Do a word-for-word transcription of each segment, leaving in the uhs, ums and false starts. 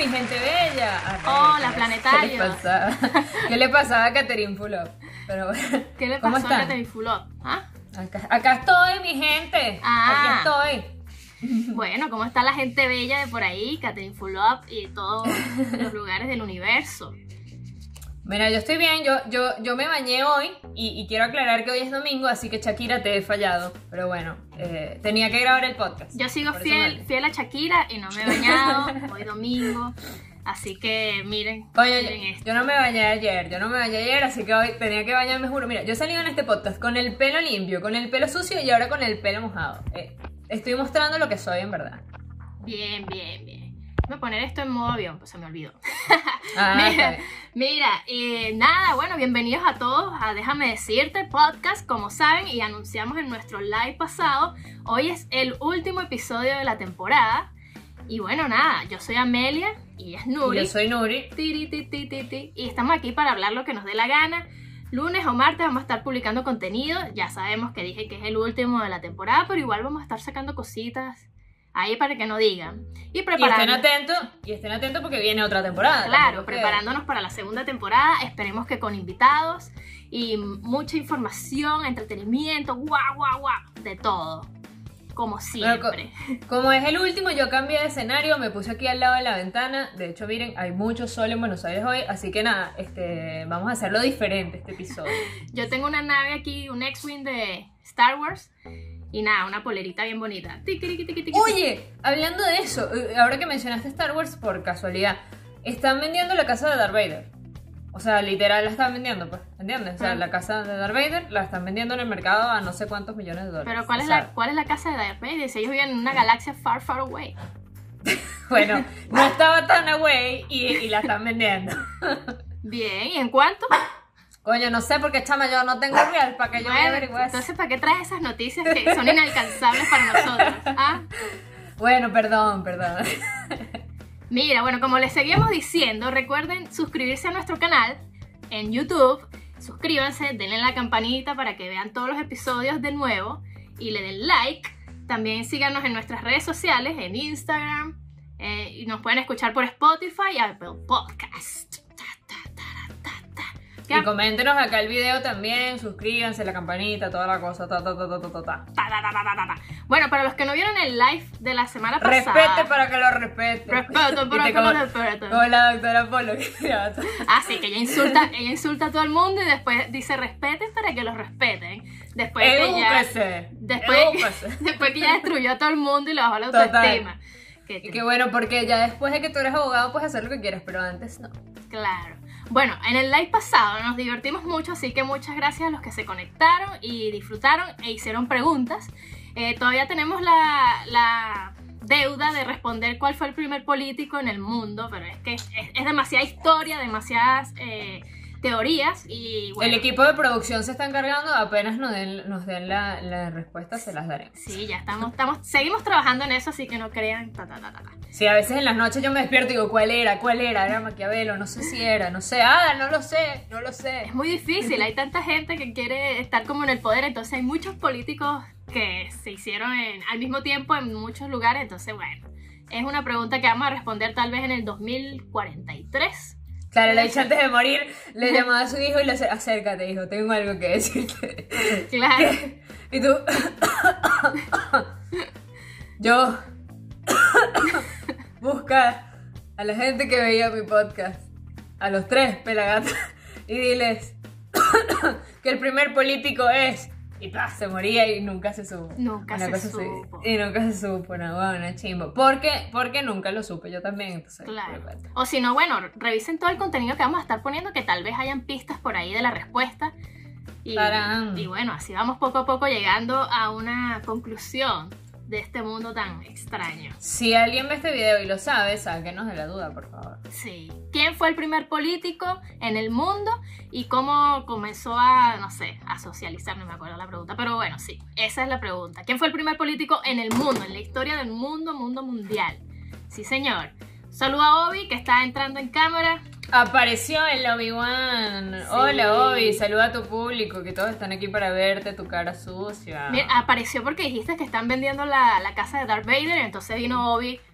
mi gente bella. Hola, ¿qué, planetario. ¿Qué le pasaba? ¿Qué le pasaba a Catherine Fulop? Pero bueno, ¿Qué le ¿cómo pasó están? a Catherine Fulop? ¿Ah? Acá, acá estoy, mi gente. Ah. Aquí estoy. Bueno, ¿cómo está la gente bella de por ahí? Catherine Fulop y todos los lugares del universo. Mira, yo estoy bien, yo, yo, yo me bañé hoy y, y quiero aclarar que hoy es domingo, así que Shakira te he fallado. Pero bueno, eh, tenía que grabar el podcast. Yo sigo por eso fiel, me- fiel a Shakira y no me he bañado hoy domingo. Así que miren, Coño, miren yo, esto. yo no me bañé ayer, yo no me bañé ayer, así que hoy tenía que bañarme, juro. Mira, yo salí en este podcast con el pelo limpio, con el pelo sucio y ahora con el pelo mojado. Eh, estoy mostrando lo que soy en verdad. Bien, bien, bien. Voy a poner esto en modo avión, pues se me olvidó. Ah, está Mira, bien. mira eh, nada, bueno, bienvenidos a todos a Déjame Decirte Podcast, como saben, y anunciamos en nuestro live pasado, hoy es el último episodio de la temporada, y bueno, nada, yo soy Amelia, y ella es Nuri, Yo soy Nuri. Tiri, ti, ti, ti, ti, y estamos aquí para hablar lo que nos dé la gana. Lunes o martes vamos a estar publicando contenido, ya sabemos que dije que es el último de la temporada, pero igual vamos a estar sacando cositas ahí para que no digan. Y Y estén preparando. atentos, y estén atentos porque viene otra temporada. Claro, tampoco que- preparándonos para la segunda temporada, esperemos que con invitados y mucha información, entretenimiento, guau, guau, guau, de todo, como Pero co- siempre. Como es el último, yo cambié de escenario, me puse aquí al lado de la ventana. De hecho, miren, hay mucho sol en Buenos Aires hoy, así que nada, este, vamos a hacerlo diferente este episodio. Yo tengo una nave aquí, un X-Wing de Star Wars, y nada, una polerita bien bonita. Tiqui, tiqui, tiqui, tiqui. Oye, hablando de eso, eh, ahora que mencionaste Star Wars por casualidad, están vendiendo la casa de Darth Vader. O sea, literal la están vendiendo, pues, ¿entiendes? O sea, Ah. la casa de Darth Vader la están vendiendo en el mercado a no sé cuántos millones de dólares. Pero ¿cuál O es, sea, la, ¿cuál es la casa de Darth Vader? Si ellos viven en una galaxia far, far away. Bueno, no estaba tan away y, y la están vendiendo. Bien, ¿y en cuánto? Coño, no sé porque chama, yo no tengo real para que yo Bueno, averigüe eso. entonces, ¿para qué traes esas noticias que son inalcanzables para nosotros? ¿Ah? Bueno, perdón, perdón. Mira, bueno, como les seguíamos diciendo, recuerden suscribirse a nuestro canal en YouTube. Suscríbanse, denle la campanita para que vean todos los episodios de nuevo y le den like. También síganos en nuestras redes sociales, en Instagram, eh, y nos pueden escuchar por Spotify y Apple Podcast. Ta, ta, ta, ta, ta. ¿Qué? Y coméntenos acá el video también, suscríbanse, la campanita, toda la cosa, ta, ta, ta, ta, ta, ta, ta. Ta, ta, ta, ta, ta, ta. Bueno, para los que no vieron el live de la semana pasada, Respete para que lo respete. Respeto para Viste que lo como- respete. Como la doctora Polo que decía, Ah, sí, que ella insulta, ella insulta a todo el mundo y después dice respeten para que los respeten. Después que ya, edúquese, después, edúquese. después que ya destruyó a todo el mundo y le bajó la Total. autoestima. Que Y qué bueno, porque ya después de que tú eres abogado puedes hacer lo que quieras, pero antes no. Claro. Bueno, en el live pasado nos divertimos mucho, así que muchas gracias a los que se conectaron y disfrutaron e hicieron preguntas. Eh, todavía tenemos la, la deuda de responder cuál fue el primer político en el mundo, pero es que es, es demasiada historia, demasiadas eh, teorías y bueno. El equipo de producción se está encargando, apenas nos den, nos den la, la respuesta, se las daremos. Sí, ya estamos, estamos, seguimos trabajando en eso, así que no crean. Ta, ta, ta, ta, ta. Sí, a veces en las noches yo me despierto y digo, ¿cuál era? ¿Cuál era? Era Maquiavelo, no sé si era, no sé, Ada, no lo sé, no lo sé. Es muy difícil, hay tanta gente que quiere estar como en el poder, entonces hay muchos políticos que se hicieron en- al mismo tiempo en muchos lugares, entonces bueno, es una pregunta que vamos a responder tal vez en el dos mil cuarenta y tres. Claro, la dicha antes de morir le llamaba a su hijo y le acer- acércate, hijo, tengo algo que decirte. Claro. Y tú, yo, busca a la gente que veía mi podcast, a los tres pelagatos, y diles que el primer político es, y ¡pah! Se moría y nunca se supo. Nunca Una se cosa así. supo. Y nunca se supo, una buena chimbo. ¿Por qué? Porque nunca lo supe yo también, entonces. Claro. por cuenta. O si no, bueno, revisen todo el contenido que vamos a estar poniendo, que tal vez hayan pistas por ahí de la respuesta. Y, Tarán. y bueno, así vamos poco a poco llegando a una conclusión de este mundo tan extraño. Si alguien ve este video y lo sabe, sáquenos de la duda, por favor. Sí. ¿Quién fue el primer político en el mundo y cómo comenzó a, no sé, a socializar? No me acuerdo la pregunta, pero bueno, sí, esa es la pregunta. ¿Quién fue el primer político en el mundo, en la historia del mundo, mundo mundial? Sí, señor. Saludo a Obi, que está entrando en cámara. Apareció el Obi-Wan. Sí. Hola, Obi. Saluda a tu público, que todos están aquí para verte, tu cara sucia. Mira, apareció porque dijiste que están vendiendo la, la casa de Darth Vader, entonces vino Obi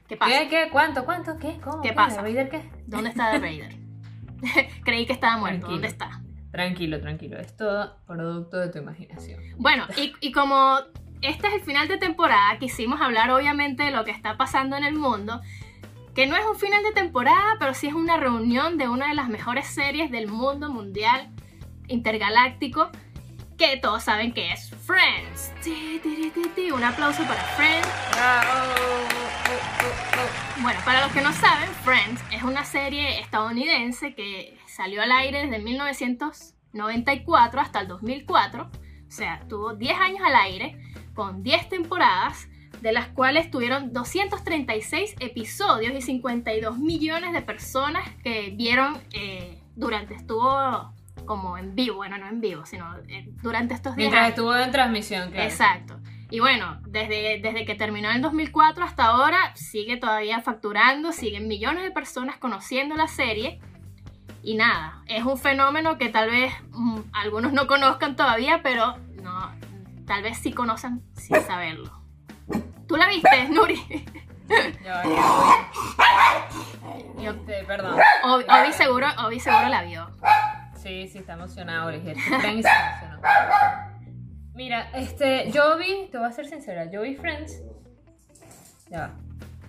¿Qué pasa? ¿Qué? ¿Qué? ¿Cuánto? ¿Cuánto? ¿Qué? ¿Cómo? ¿Qué ¿Qué? pasa? ¿Vader qué? ¿Dónde está Darth Vader? Creí que estaba muerto. Tranquilo. ¿Dónde está? Tranquilo, tranquilo. Es todo producto de tu imaginación. Bueno, y, y como este es el final de temporada, quisimos hablar obviamente de lo que está pasando en el mundo, que no es un final de temporada, pero sí es una reunión de una de las mejores series del mundo mundial intergaláctico, que todos saben que es Friends. Ti, ti, ti, ti. Un aplauso para Friends. Ah, oh, oh, oh, oh. Bueno, para los que no saben, Friends es una serie estadounidense que salió al aire desde mil novecientos noventa y cuatro hasta el dos mil cuatro, o sea, tuvo diez años al aire, con diez temporadas, de las cuales tuvieron doscientos treinta y seis episodios y cincuenta y dos millones de personas que vieron eh, durante, estuvo como en vivo, bueno, no en vivo, sino eh, durante estos diez Mientras años. estuvo en transmisión, claro. Exacto. Y bueno, desde, desde que terminó en el dos mil cuatro hasta ahora, sigue todavía facturando, siguen millones de personas conociendo la serie. Y nada, es un fenómeno que tal vez mm, algunos no conozcan todavía, pero no, tal vez sí conocen sin saberlo. ¿Tú la viste, Nuri? Ya, ya voy. Este, perdón. Obi, Obi seguro, Obi seguro la vio. Sí, sí, está emocionado, Origen. Friends está emocionado. Mira, este, yo vi, te voy a ser sincera, yo vi Friends. Ya va.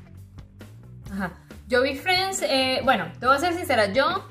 Ajá. Yo vi Friends, eh, bueno, te voy a ser sincera, yo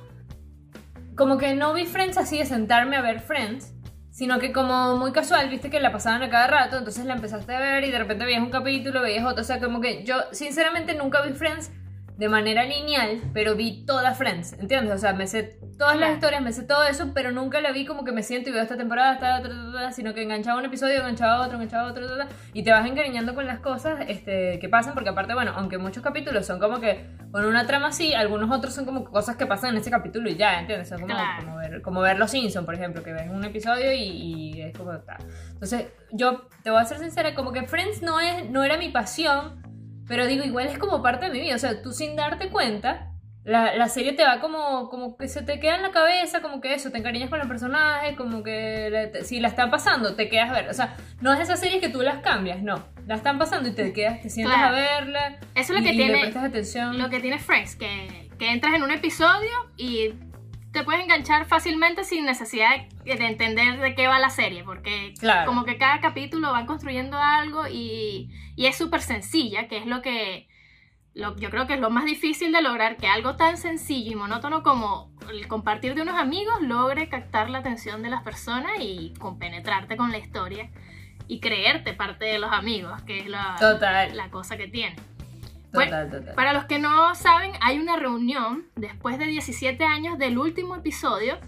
como que no vi Friends así de sentarme a ver Friends, sino que como muy casual, viste que la pasaban a cada rato, entonces la empezaste a ver y de repente veías un capítulo, veías otro, o sea, como que yo sinceramente nunca vi Friends de manera lineal, pero vi toda Friends, ¿entiendes? O sea, me sé todas las historias, me sé todo eso, pero nunca la vi como que me siento y veo esta temporada, esta, ta, ta, ta, sino que enganchaba un episodio, enganchaba otro, enganchaba otro, ta, ta, y te vas encariñando con las cosas este, que pasan, porque aparte, bueno, aunque muchos capítulos son como que con una trama así, algunos otros son como cosas que pasan en ese capítulo y ya, ¿entiendes? Son como, Claro. como, ver, como ver Los Simpsons, por ejemplo, que ves un episodio y, y es como tal. Entonces, yo te voy a ser sincera, como que Friends no, es, no era mi pasión, pero digo, igual es como parte de mi vida, o sea, tú sin darte cuenta, la, la serie te va como, como que se te queda en la cabeza, como que eso, te encariñas con los personajes, como que la, te, si la están pasando, te quedas a ver, o sea, no es esas series que tú las cambias, no, la están pasando y te quedas, te sientas Claro. a verla, Eso es lo y, que y tiene- le prestas atención. Lo que tiene Friends, que, que entras en un episodio y te puedes enganchar fácilmente sin necesidad de, de entender de qué va la serie, porque Claro. como que cada capítulo van construyendo algo y, y es súper sencilla, que es lo que lo, yo creo que es lo más difícil de lograr, que algo tan sencillo y monótono como el compartir de unos amigos logre captar la atención de las personas y compenetrarte con la historia y creerte parte de los amigos, que es la, Total. la cosa que tiene. Total, total. Para los que no saben, hay una reunión después de diecisiete años del último episodio,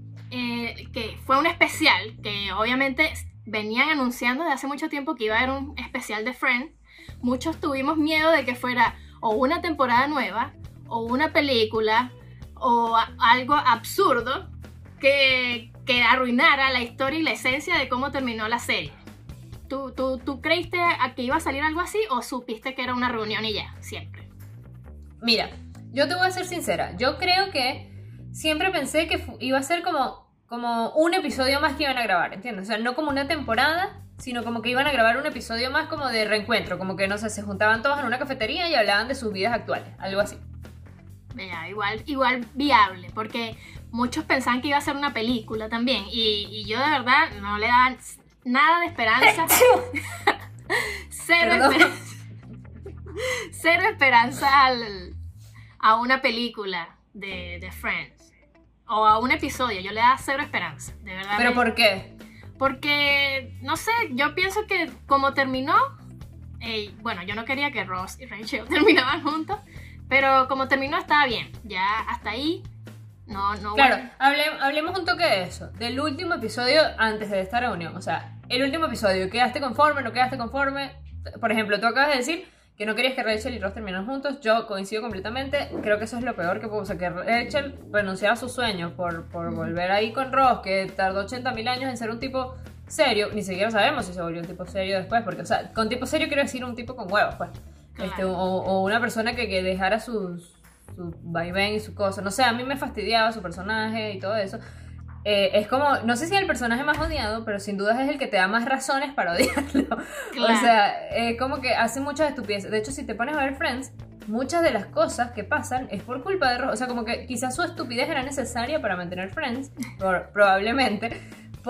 eh, que fue un especial, que obviamente venían anunciando desde hace mucho tiempo que iba a haber un especial de Friends. Muchos tuvimos miedo de que fuera o una temporada nueva, o una película, o a- algo absurdo que, que arruinara la historia y la esencia de cómo terminó la serie. ¿Tú, tú, ¿Tú creíste a que iba a salir algo así o supiste que era una reunión y ya, siempre? Mira, yo te voy a ser sincera. Yo creo que siempre pensé que fu- iba a ser como, como un episodio más que iban a grabar, ¿entiendes? O sea, no como una temporada, sino como que iban a grabar un episodio más como de reencuentro. Como que, no sé, se juntaban todos en una cafetería y hablaban de sus vidas actuales. Algo así. Ya, igual, igual viable, porque muchos pensaban que iba a ser una película también. Y, y yo de verdad no le daban nada de esperanza. Cero Perdón. esperanza. Cero esperanza al- a una película de, de Friends. O a un episodio. Yo le daba cero esperanza. De verdad. ¿Pero me- por qué? Porque, no sé, yo pienso que como terminó, eh, bueno, yo no quería que Ross y Rachel terminaban juntos, pero como terminó estaba bien, ya hasta ahí, no, no. Claro, bueno. hable- hablemos un toque de eso. Del último episodio antes de esta reunión. O sea, el último episodio, ¿quedaste conforme? ¿No quedaste conforme? Por ejemplo, tú acabas de decir que no querías que Rachel y Ross terminaran juntos. Yo coincido completamente. Creo que eso es lo peor que pudo. O sea, que Rachel renunciara a sus sueños por, por volver ahí con Ross, que tardó ochenta mil años en ser un tipo serio. Ni siquiera sabemos si se volvió un tipo serio después. Porque, o sea, con tipo serio quiero decir un tipo con huevos, pues. Claro. Este, o, o una persona que, que dejara sus, su vaivén y su cosa. No sé, a mí me fastidiaba su personaje y todo eso. Eh, es como, no sé si es el personaje más odiado, pero sin duda es el que te da más razones para odiarlo. Claro. O sea, es como que hace muchas estupideces. De hecho, si te pones a ver Friends, muchas de las cosas que pasan es por culpa de Ross. O sea, como que quizás su estupidez era necesaria para mantener Friends, por, probablemente,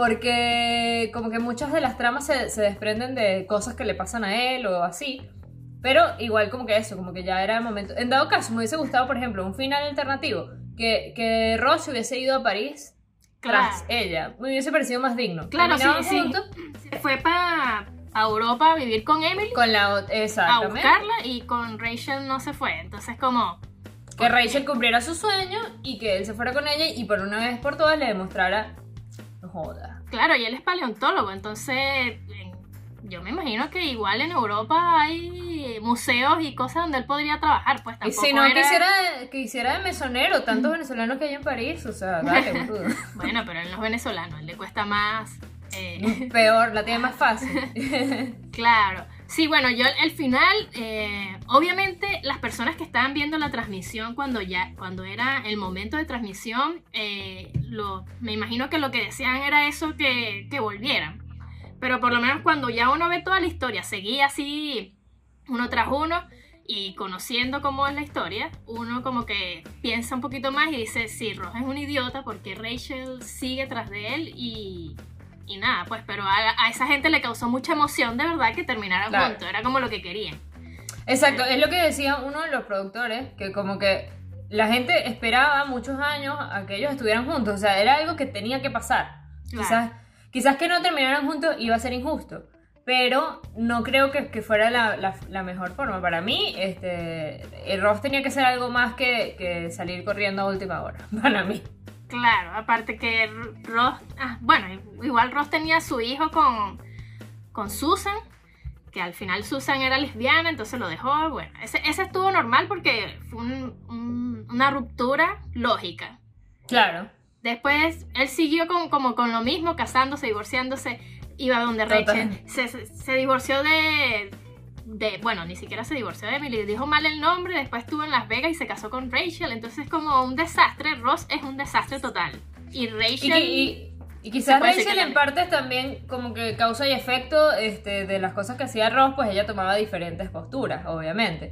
porque como que muchas de las tramas se, se desprenden de cosas que le pasan a él o así. Pero igual como que eso, como que ya era el momento. En dado caso, me hubiese gustado, por ejemplo, un final alternativo, que, que Ross se hubiese ido a París tras Claro. ella. Me hubiese parecido más digno. Claro, sí, Terminaban sí. juntos Se fue para Europa a vivir con Emily, con la ot- a exactamente. buscarla, y con Rachel no se fue. Entonces como... Que Rachel cumpliera su sueño y que él se fuera con ella y por una vez por todas le demostrara, no joda. Claro, y él es paleontólogo, entonces en- yo me imagino que igual en Europa hay museos y cosas donde él podría trabajar, pues Y tampoco si no era... quisiera que hiciera de mesonero, tantos venezolanos que hay en París, o sea, dale, boludo. Bueno, pero en los venezolanos, él le cuesta más... eh, Peor, la tiene más fácil. Claro. Sí, bueno, yo el final, eh, obviamente las personas que estaban viendo la transmisión cuando ya, cuando era el momento de transmisión, eh, lo, me imagino que lo que deseaban era eso, que, que volvieran. Pero por lo menos cuando ya uno ve toda la historia, seguía así uno tras uno y conociendo cómo es la historia, uno como que piensa un poquito más y dice, sí, Ross es un idiota porque Rachel sigue tras de él y... Y nada, pues, pero a, a esa gente le causó mucha emoción de verdad que terminaran Claro. juntos, era como lo que querían. Exacto, es lo que decía uno de los productores, que como que la gente esperaba muchos años a que ellos estuvieran juntos, o sea, era algo que tenía que pasar. Claro. Quizás, quizás que no terminaran juntos iba a ser injusto, pero no creo que, que fuera la, la, la mejor forma. Para mí, este, el Ross tenía que ser algo más que, que salir corriendo a última hora, para mí. Claro, aparte que Ross, ah, bueno, igual Ross tenía a su hijo con, con Susan, que al final Susan era lesbiana, entonces lo dejó. Bueno, ese, ese estuvo normal porque fue un- un- una ruptura lógica. Claro. Después él siguió con, como con lo mismo, casándose, divorciándose, iba donde Total. Rachel. Se, se, se divorció de, de, bueno, ni siquiera se divorció de Emily, dijo mal el nombre, después estuvo en Las Vegas y se casó con Rachel, entonces es como un desastre. Ross es un desastre total. Y Y, Rachel... que- y- y quizás Se puede decir Rachel que en partes también como que causa y efecto este, de las cosas que hacía Ross, pues ella tomaba diferentes posturas, obviamente.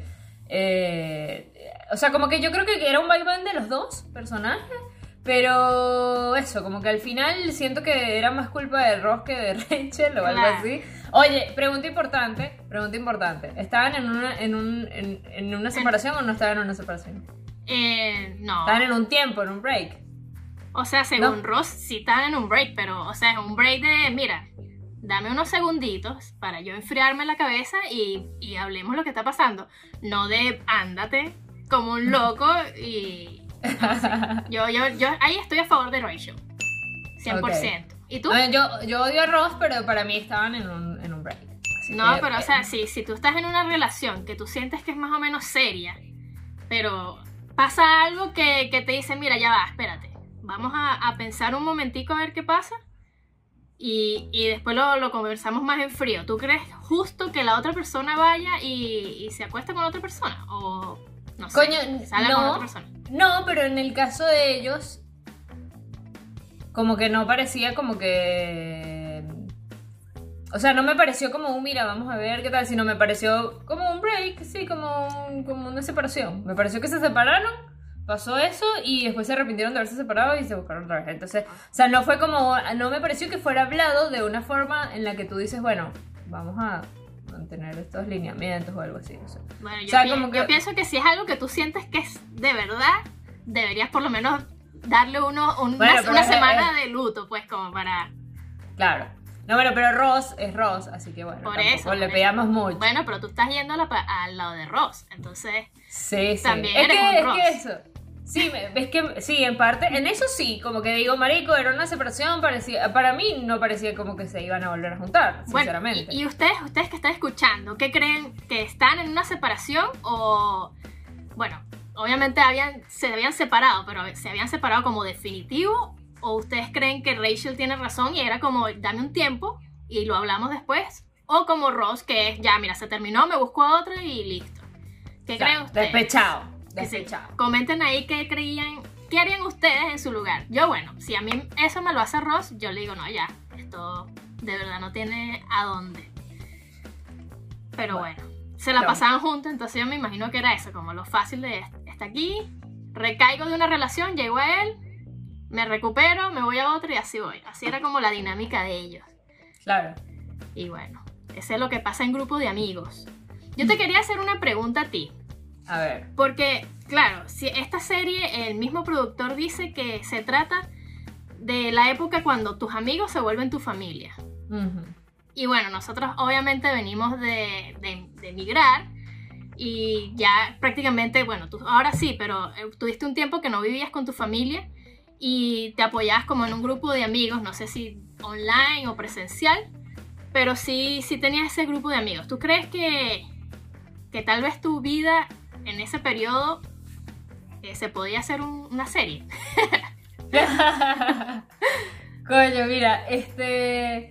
Eh, o sea, como que yo creo que era un vaivén de los dos personajes, pero eso, como que al final siento que era más culpa de Ross que de Rachel o algo Claro. así. Oye, pregunta importante, pregunta importante. ¿Estaban en una, en un, en, en una separación o no estaban en una separación? eh, no, Estaban en un tiempo, en un break. o sea, según No. Ross sí estaban en un break, pero, o sea, es un break de, mira, dame unos segunditos para yo enfriarme la cabeza y, y hablemos lo que está pasando. No de ándate como un loco y... no sé. Yo, yo, yo ahí estoy a favor de Rachel, cien por ciento. ¿Y tú? A ver, yo, yo odio a Ross, pero para mí estaban en un, en un break. Así No, que, pero o eh, sea, si, si tú estás en una relación que tú sientes que es más o menos seria, pero pasa algo que, que te dice, mira, ya va, espérate, vamos a, a pensar un momentico a ver qué pasa y, y después lo, lo conversamos más en frío. ¿Tú crees justo que la otra persona vaya y, y se acueste con otra persona? O no sé, Coño, salga no. con otra persona. No, pero en el caso de ellos, como que no parecía como que... O sea, no me pareció como un, mira, vamos a ver qué tal, sino me pareció como un break, sí, como, un- como una separación. Me pareció que se separaron, pasó eso y después se arrepintieron de haberse separado y se buscaron otra vez. Entonces, o sea, no fue como, no me pareció que fuera hablado de una forma en la que tú dices, bueno, vamos a mantener estos lineamientos o algo así, no sé. Bueno, yo, O sea, pi- como que- yo pienso que si es algo que tú sientes que es de verdad, deberías por lo menos darle uno, un- Bueno, una, pero una es- semana es- de luto, pues, como para... Claro. No, bueno, pero Ross es Ross, así que bueno, Por tampoco eso, le por pegamos mucho. Bueno, pero tú estás yendo a la pa- al lado de Ross, entonces... Sí, sí. también es eres que, un es Ross. que eso. Sí, me- ves que sí, en parte, en eso sí, como que digo, marico, era una separación, parecía, para mí no parecía como que se iban a volver a juntar, Bueno, sinceramente. y, y ustedes, ustedes que están escuchando, ¿qué creen? ¿Que están en una separación o... Bueno, obviamente habían, se habían separado, pero se habían separado como definitivo, o ustedes creen que Rachel tiene razón y era como, dame un tiempo y lo hablamos después, o como Ross, que es, ya, mira, se terminó, me busco a otra y listo. ¿Qué O sea, creen ustedes? Despechado, Que sí. despechado. Comenten ahí qué creían, qué harían ustedes en su lugar. Yo, bueno, si a mí eso me lo hace Ross, yo le digo, no, ya, esto de verdad no tiene a dónde. Pero bueno, se la Claro. pasaban juntos, entonces yo me imagino que era eso, como lo fácil de, está aquí, recaigo de una relación, llego a él, me recupero, me voy a otra y así voy. Así era como la dinámica de ellos. Claro. Y bueno, eso es lo que pasa en grupo de amigos. Yo te quería hacer una pregunta a ti, A ver. porque, claro, si esta serie, el mismo productor dice que se trata de la época cuando tus amigos se vuelven tu familia. Ujú. Y bueno, nosotros obviamente venimos de, de, de emigrar y ya prácticamente, bueno, tú ahora sí, pero eh, tuviste un tiempo que no vivías con tu familia y te apoyabas como en un grupo de amigos, no sé si online o presencial, pero sí, sí tenías ese grupo de amigos. ¿Tú crees que, que tal vez tu vida en ese periodo eh, se podía hacer un- una serie? Coño, mira, este...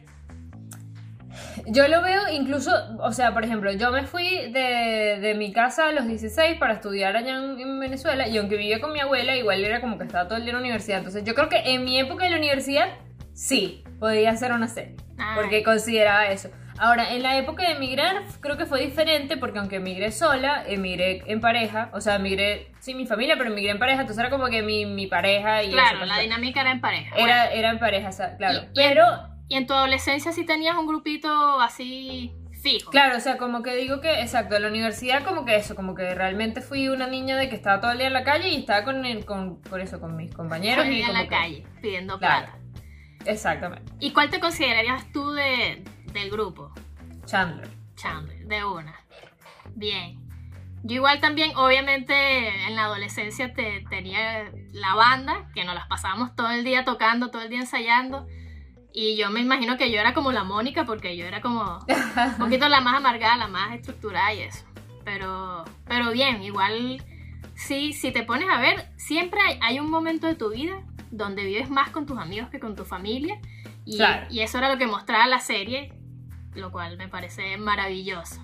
Yo lo veo incluso, o sea, por ejemplo, yo me fui de, de mi casa a los dieciséis para estudiar allá en, en Venezuela y aunque vivía con mi abuela, igual era como que estaba todo el día en la universidad. Entonces yo creo que en mi época de la universidad, sí, podía hacer una serie, Ay. porque consideraba eso. Ahora, en la época de emigrar, creo que fue diferente porque aunque emigré sola, emigré en pareja, o sea, emigré sin mi familia, pero emigré en pareja, entonces era como que mi, mi pareja y Claro, eso, la pues, dinámica era en pareja. era, era en pareja, o sea, claro, Y- y en- pero... Y en tu adolescencia sí tenías un grupito así fijo. Claro, o sea, como que digo que, exacto, en la universidad como que eso, como que realmente fui una niña de que estaba todo el día en la calle y estaba con, el- con, con eso, con mis compañeros. y en como la que- calle pidiendo Claro. plata. Exactamente. ¿Y cuál te considerarías tú de, del grupo? Chandler. Chandler, de una. Bien. Yo igual también, obviamente, en la adolescencia te, tenía la banda, que nos las pasábamos todo el día tocando, todo el día ensayando. Y yo me imagino que yo era como la Mónica, porque yo era como un poquito la más amargada, la más estructurada y eso. Pero, pero bien, igual, sí, si te pones a ver, siempre hay, hay un momento de tu vida donde vives más con tus amigos que con tu familia. Y, Claro. y eso era lo que mostraba la serie, lo cual me parece maravilloso.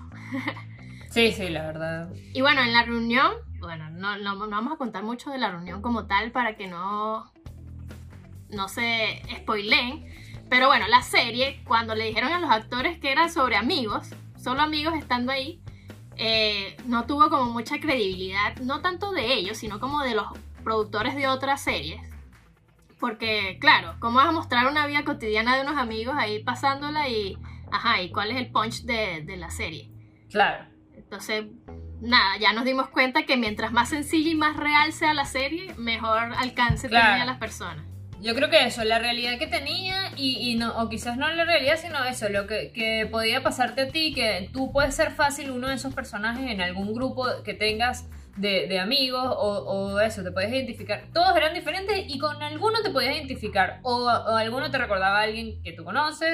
Sí, sí, la verdad. Y bueno, en la reunión, bueno, no, no, no vamos a contar mucho de la reunión como tal para que no, no se spoileen. Pero bueno, la serie, cuando le dijeron a los actores que era sobre amigos, solo amigos estando ahí, eh, no tuvo como mucha credibilidad, no tanto de ellos, sino como de los productores de otras series. Porque, claro, ¿cómo vas a mostrar una vida cotidiana de unos amigos ahí pasándola y, ajá, y cuál es el punch de, de la serie? Claro. Entonces, nada, ya nos dimos cuenta que mientras más sencilla y más real sea la serie, mejor alcance Claro. tenía las personas. Yo creo que eso, la realidad que tenía y, y no, o quizás no la realidad, sino eso, lo que, que podía pasarte a ti, que tú puedes ser fácil uno de esos personajes en algún grupo que tengas de, de amigos o, o eso, te puedes identificar. Todos eran diferentes y con alguno te podías identificar o, o alguno te recordaba a alguien que tú conoces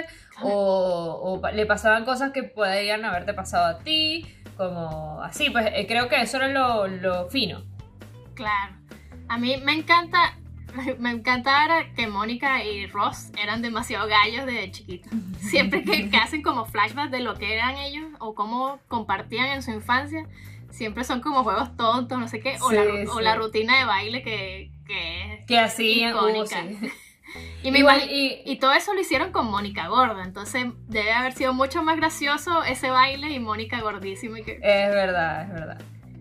o, o pa- le pasaban cosas que podían haberte pasado a ti, como así, pues eh, creo que eso era lo, lo fino. Claro. A mí me encanta, me encantaba que Mónica y Ross eran demasiado gallos de chiquitos. Siempre que, que hacen como flashbacks de lo que eran ellos o cómo compartían en su infancia, siempre son como juegos tontos, no sé qué, o, Sí, la, ru- o sí. la rutina de baile que, que es Que hacían, uh, icónica. sí. Y, me Igual, imag- y- y todo eso lo hicieron con Mónica gorda, entonces debe haber sido mucho más gracioso ese baile y Mónica gordísima. Y que... Es verdad, es verdad.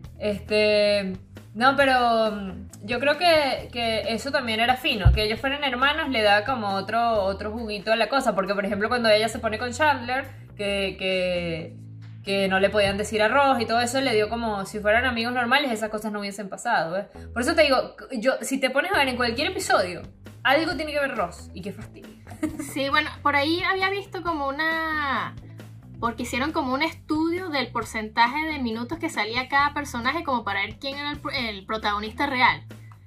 Este. No, pero mm, yo creo que, que eso también era fino. Que ellos fueran hermanos le da como otro, otro juguito a la cosa. Porque, por ejemplo, cuando ella se pone con Chandler, que, que, que no le podían decir arroz y todo eso, le dio como si fueran amigos normales, esas cosas no hubiesen pasado. ¿Ves? Por eso te digo, yo, si te pones a ver en cualquier episodio, algo tiene que ver Ross. Y qué fastidio. Sí, bueno, por ahí había visto como una... Porque hicieron como un estudio del porcentaje de minutos que salía cada personaje como para ver quién era el, pro- el protagonista real.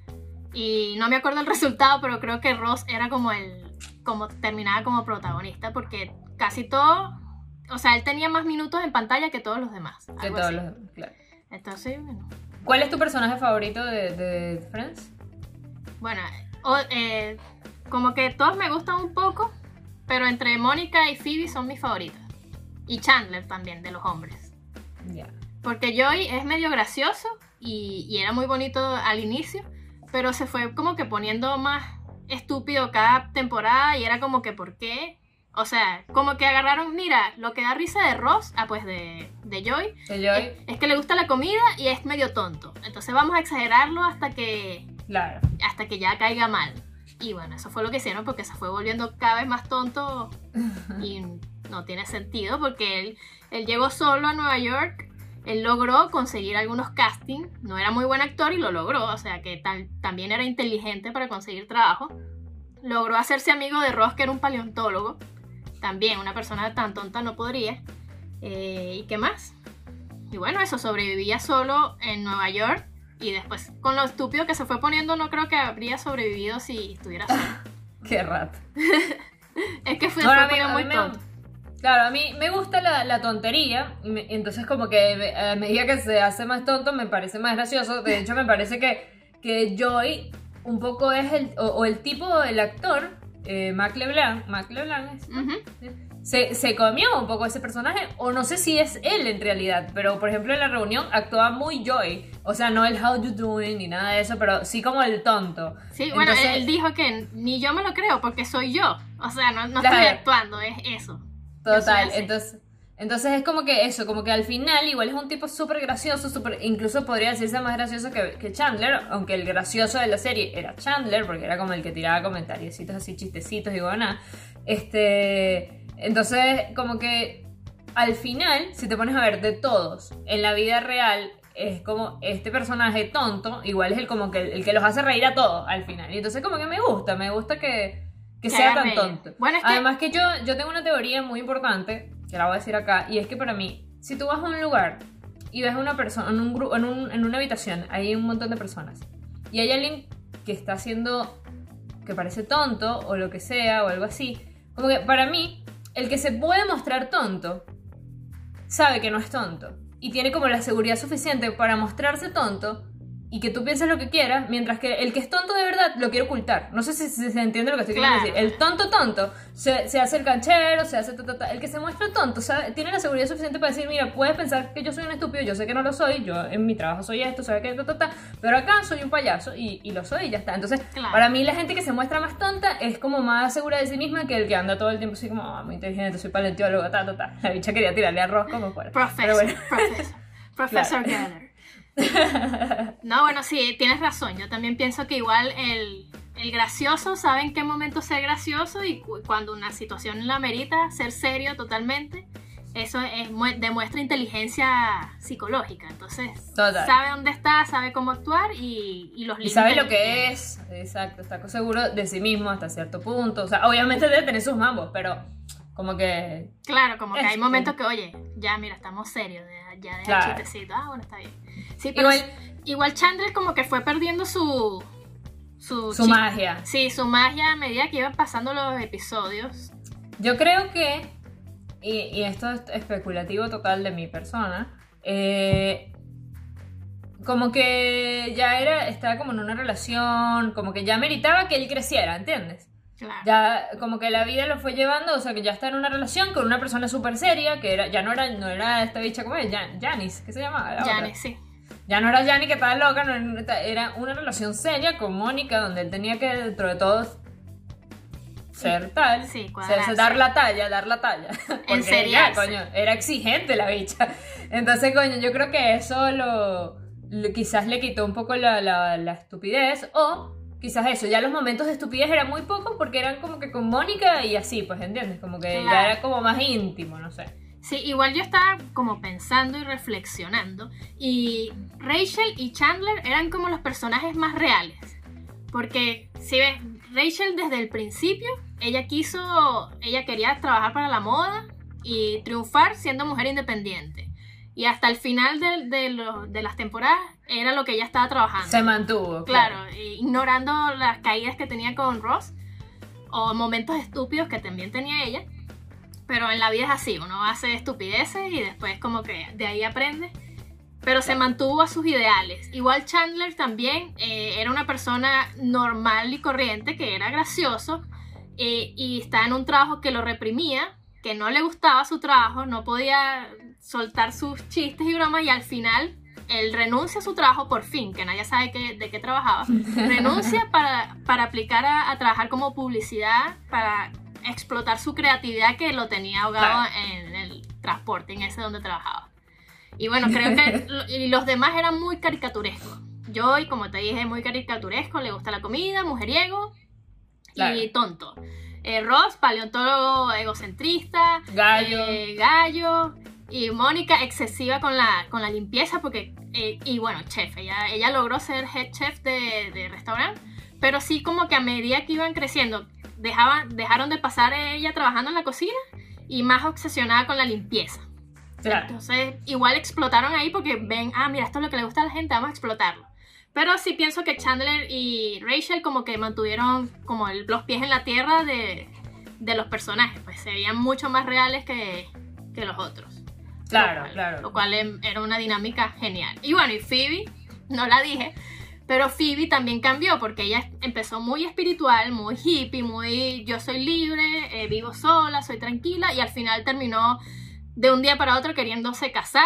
Y no me acuerdo el resultado, pero creo que Ross era como el... como terminaba como protagonista porque casi todo... O sea, él tenía más minutos en pantalla que todos los demás. Que algo todos así. los demás, claro. Entonces, bueno... ¿Cuál es tu personaje favorito de, de Friends? Bueno, o- eh, como que todos me gustan un poco, pero entre Mónica y Phoebe son mis favoritas. Y Chandler también, de los hombres. Ya. Porque Joey es medio gracioso y, y era muy bonito al inicio, pero se fue como que poniendo más estúpido cada temporada y era como que ¿por qué? O sea, como que agarraron, mira, lo que da risa de Ross, ah, pues de, de Joey, De Joey. Es, es que le gusta la comida y es medio tonto. Entonces vamos a exagerarlo hasta que, Claro. hasta que ya caiga mal. Y bueno, eso fue lo que hicieron porque se fue volviendo cada vez más tonto y no tiene sentido porque él, él llegó solo a Nueva York. Él logró conseguir algunos castings, no era muy buen actor y lo logró, o sea que tal, también era inteligente para conseguir trabajo. Logró hacerse amigo de Ross, que era un paleontólogo, también una persona tan tonta no podría. Eh, ¿Y qué más? Y bueno, eso, sobrevivía solo en Nueva York y después con lo estúpido que se fue poniendo no creo que habría sobrevivido si estuviera solo. Qué rato. Es que fue, Ahora, fue a mí- poniendo muy a mí me- tonto. Claro, a mí me gusta la, la tontería, y me- entonces como que me- a medida que se hace más tonto me parece más gracioso. De hecho, me parece que, que Joy un poco es el, o, o el tipo, el actor, eh, Mac LeBlanc, Mac LeBlanc es, ¿no? Ujú. se, se comió un poco ese personaje, o no sé si es él en realidad, pero por ejemplo en la reunión actuaba muy Joy, o sea, no el how you doing ni nada de eso, pero sí como el tonto. Sí, bueno, Entonces- él dijo que ni yo me lo creo porque soy yo. O sea, no, no Claro. estoy actuando, es eso. Yo soy Total, así. entonces, entonces es como que eso, como que al final igual es un tipo súper gracioso, súper, incluso podría decirse más gracioso que, que Chandler, aunque el gracioso de la serie era Chandler, porque era como el que tiraba comentariositos así, chistecitos y nada. Este, entonces como que al final, si te pones a ver de todos, en la vida real es como este personaje tonto, igual es el como que el, el que los hace reír a todos al final. Y entonces como que me gusta, me gusta que... Que Que sea haga tan reír. tonto. Bueno, es que- Además que yo, yo tengo una teoría muy importante, que la voy a decir acá, y es que para mí, si tú vas a un lugar y ves a una persona, en, un grupo, en, un, en una habitación, hay un montón de personas, y hay alguien que está haciendo, que parece tonto, o lo que sea, o algo así, como que para mí, el que se puede mostrar tonto, sabe que no es tonto, y tiene como la seguridad suficiente para mostrarse tonto, y que tú pienses lo que quieras, mientras que el que es tonto de verdad lo quiere ocultar. No sé si, si se entiende lo que estoy Claro. queriendo decir. El tonto tonto se, se hace el canchero, se hace ta, ta, ta. El que se muestra tonto sabe, tiene la seguridad suficiente para decir, mira, puedes pensar que yo soy un estúpido, yo sé que no lo soy, yo en mi trabajo soy esto, sabe que ta, ta, ta, pero acá soy un payaso y, y lo soy y ya está. Entonces, Claro. para mí la gente que se muestra más tonta es como más segura de sí misma que el que anda todo el tiempo así como, ah, muy inteligente, soy paleontólogo, ta, ta, ta. La bicha quería tirarle arroz como fuera. Pero Profesor, bueno. profesor, profesor Geller. No, bueno, sí, tienes razón. Yo también pienso que igual el, el gracioso sabe en qué momento ser gracioso y cu- cuando una situación la amerita, ser serio totalmente. Eso es, mu- demuestra inteligencia psicológica. Entonces, Total. sabe dónde está, sabe cómo actuar y, y los Y límites. sabe lo que es, exacto, está seguro de sí mismo hasta cierto punto. O sea, obviamente debe tener sus mambos, pero como que... Claro, como que hay Este. momentos que, oye, ya mira, estamos serios, de- ya deja Claro. el chistecito. Ah, bueno, está bien. Sí, pero Igual- igual Chandler como que fue perdiendo su... Su, Su chi- magia. Sí, su magia a medida que iban pasando los episodios. Yo creo que, y, y esto es especulativo total de mi persona, eh, como que ya era, estaba como en una relación, como que ya meritaba que él creciera, ¿entiendes? Claro. Ya como que la vida lo fue llevando, o sea que ya está en una relación con una persona súper seria, que era, ya no era, no era esta bicha como es, Jan- Janice, ¿qué se llamaba? La otra. Janet, sí. Ya no era Jani que estaba loca, no, era era una relación seria con Mónica, donde él tenía que, dentro de todo, ser tal, Sí, ser- cuadrarse. dar la talla, dar la talla. Porque seriarse. ya, coño, era exigente la bicha. Entonces, coño, yo creo que eso lo, lo- quizás le quitó un poco la, la, la estupidez, o quizás eso, ya los momentos de estupidez eran muy pocos porque eran como que con Mónica y así, pues, ¿entiendes? Como que ya Claro. era como más íntimo, no sé. Sí, igual yo estaba como pensando y reflexionando. Y Rachel y Chandler eran como los personajes más reales. Porque, si ves, Rachel desde el principio, ella quiso, ella quería trabajar para la moda y triunfar siendo mujer independiente. Y hasta el final de, de, lo- de las temporadas era lo que ella estaba trabajando. Se mantuvo. Claro, e ignorando las caídas que tenía con Ross o momentos estúpidos que también tenía ella. Pero en la vida es así, uno hace estupideces y después como que de ahí aprende. Pero se mantuvo a sus ideales. Igual Chandler también eh, era una persona normal y corriente, que era gracioso eh, y estaba en un trabajo que lo reprimía, que no le gustaba su trabajo, no podía soltar sus chistes y bromas y al final él renuncia a su trabajo por fin, que nadie sabe qué- de qué trabajaba. Renuncia para, para aplicar a, a trabajar como publicidad para explotar su creatividad que lo tenía ahogado Claro. en el transporte, en ese donde trabajaba. Y bueno, creo que lo- y los demás eran muy caricaturescos. Joey, como te dije, muy caricaturesco, le gusta la comida, mujeriego Claro. y tonto. Eh, Ross, paleontólogo egocentrista, Gallo. eh, gallo, y Mónica, excesiva con la, con la limpieza, porque, eh, y bueno, chef, ella, ella logró ser head chef de, de restaurante, pero sí como que a medida que iban creciendo, dejaban, dejaron de pasar ella trabajando en la cocina y más obsesionada con la limpieza. Claro. Entonces, igual explotaron ahí porque ven, ah, mira, esto es lo que le gusta a la gente, vamos a explotarlo. Pero sí pienso que Chandler y Rachel como que mantuvieron como el- los pies en la tierra de, de los personajes, pues se veían mucho más reales que, que los otros. Claro, Lo cual- claro. Lo cual em- era una dinámica genial. Y bueno, y Phoebe, no la dije, pero Phoebe también cambió porque ella empezó muy espiritual, muy hippie, muy yo soy libre, eh, vivo sola, soy tranquila, y al final terminó de un día para otro queriéndose casar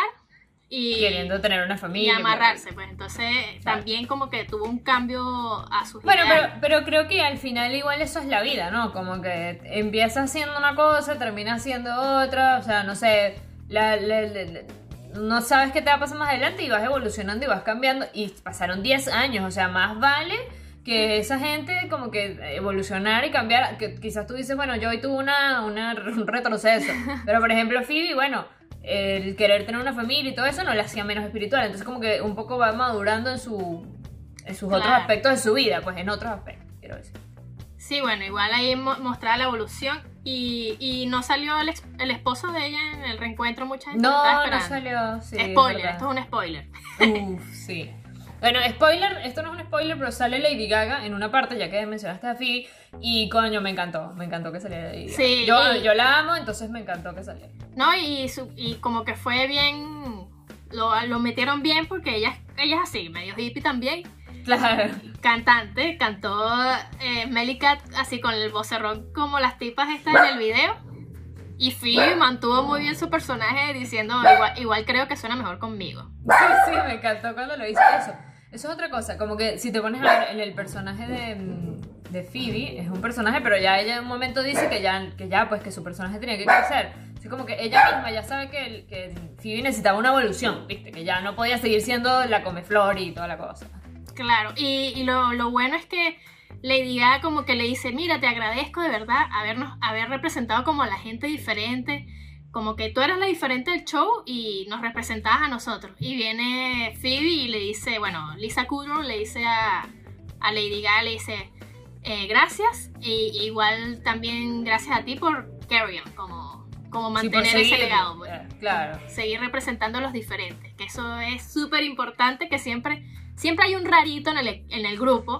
y Queriendo tener una y familia. amarrarse, pues entonces Claro. también como que tuvo un cambio a sus Bueno, ideales. pero, pero creo que al final igual eso es la vida, ¿no? Como que empiezas haciendo una cosa, terminas haciendo otra, o sea, no sé, la, la- la- la- no sabes qué te va a pasar más adelante y vas evolucionando y vas cambiando y pasaron diez años, o sea, más vale que esa gente como que evolucionar y cambiar, que quizás tú dices, bueno, yo hoy tuve una, una- un retroceso, pero por ejemplo Phoebe, bueno, el querer tener una familia y todo eso no le hacía menos espiritual, entonces como que un poco va madurando en su en sus otros Claro. aspectos de su vida, pues en otros aspectos, quiero decir. Sí, bueno, igual ahí mo- mostraba la evolución y, y no salió el, ex- el esposo de ella en el reencuentro, mucha gente lo estaba No, no esperando. salió, sí, es Spoiler, verdad. esto es un spoiler. Uf, sí. Bueno, spoiler, esto no es un spoiler, pero sale Lady Gaga en una parte, ya que mencionaste a Phoebe, y coño, me encantó, me encantó que saliera Lady Gaga. Sí, Yo, y- yo la amo, entonces me encantó que saliera. No, y, su- y como que fue bien, lo, lo metieron bien porque ella, ella es así, medio hippie también. Claro. Cantante, cantó eh, Melly Cat así con el vocerrón como las tipas estas en el video. Y Phoebe mantuvo muy bien su personaje diciendo, igual, igual creo que suena mejor conmigo. Sí, sí, me encantó cuando lo hizo eso. Eso es otra cosa, como que si te pones a ver en el personaje de, mm, de Phoebe, es un personaje, pero ya ella en un momento dice que ya, que ya pues que su personaje tenía que crecer. Así como que ella misma ya sabe que, el- que Phoebe necesitaba una evolución, ¿viste? Que ya no podía seguir siendo la comeflor y toda la cosa. Claro, y, y lo, lo bueno es que Lady Gaga como que le dice, mira, te agradezco de verdad habernos, haber representado como a la gente diferente, como que tú eras la diferente del show y nos representabas a nosotros. Y viene Phoebe y le dice, bueno, Lisa Kudrow le dice a, a Lady Gaga, le dice, eh, gracias, y igual también gracias a ti por carry on, como, como Sí, por mantener seguir, ese legado. Pues. eh, claro. Seguir representando a los diferentes, que eso es súper importante, que siempre, siempre hay un rarito en el, en el grupo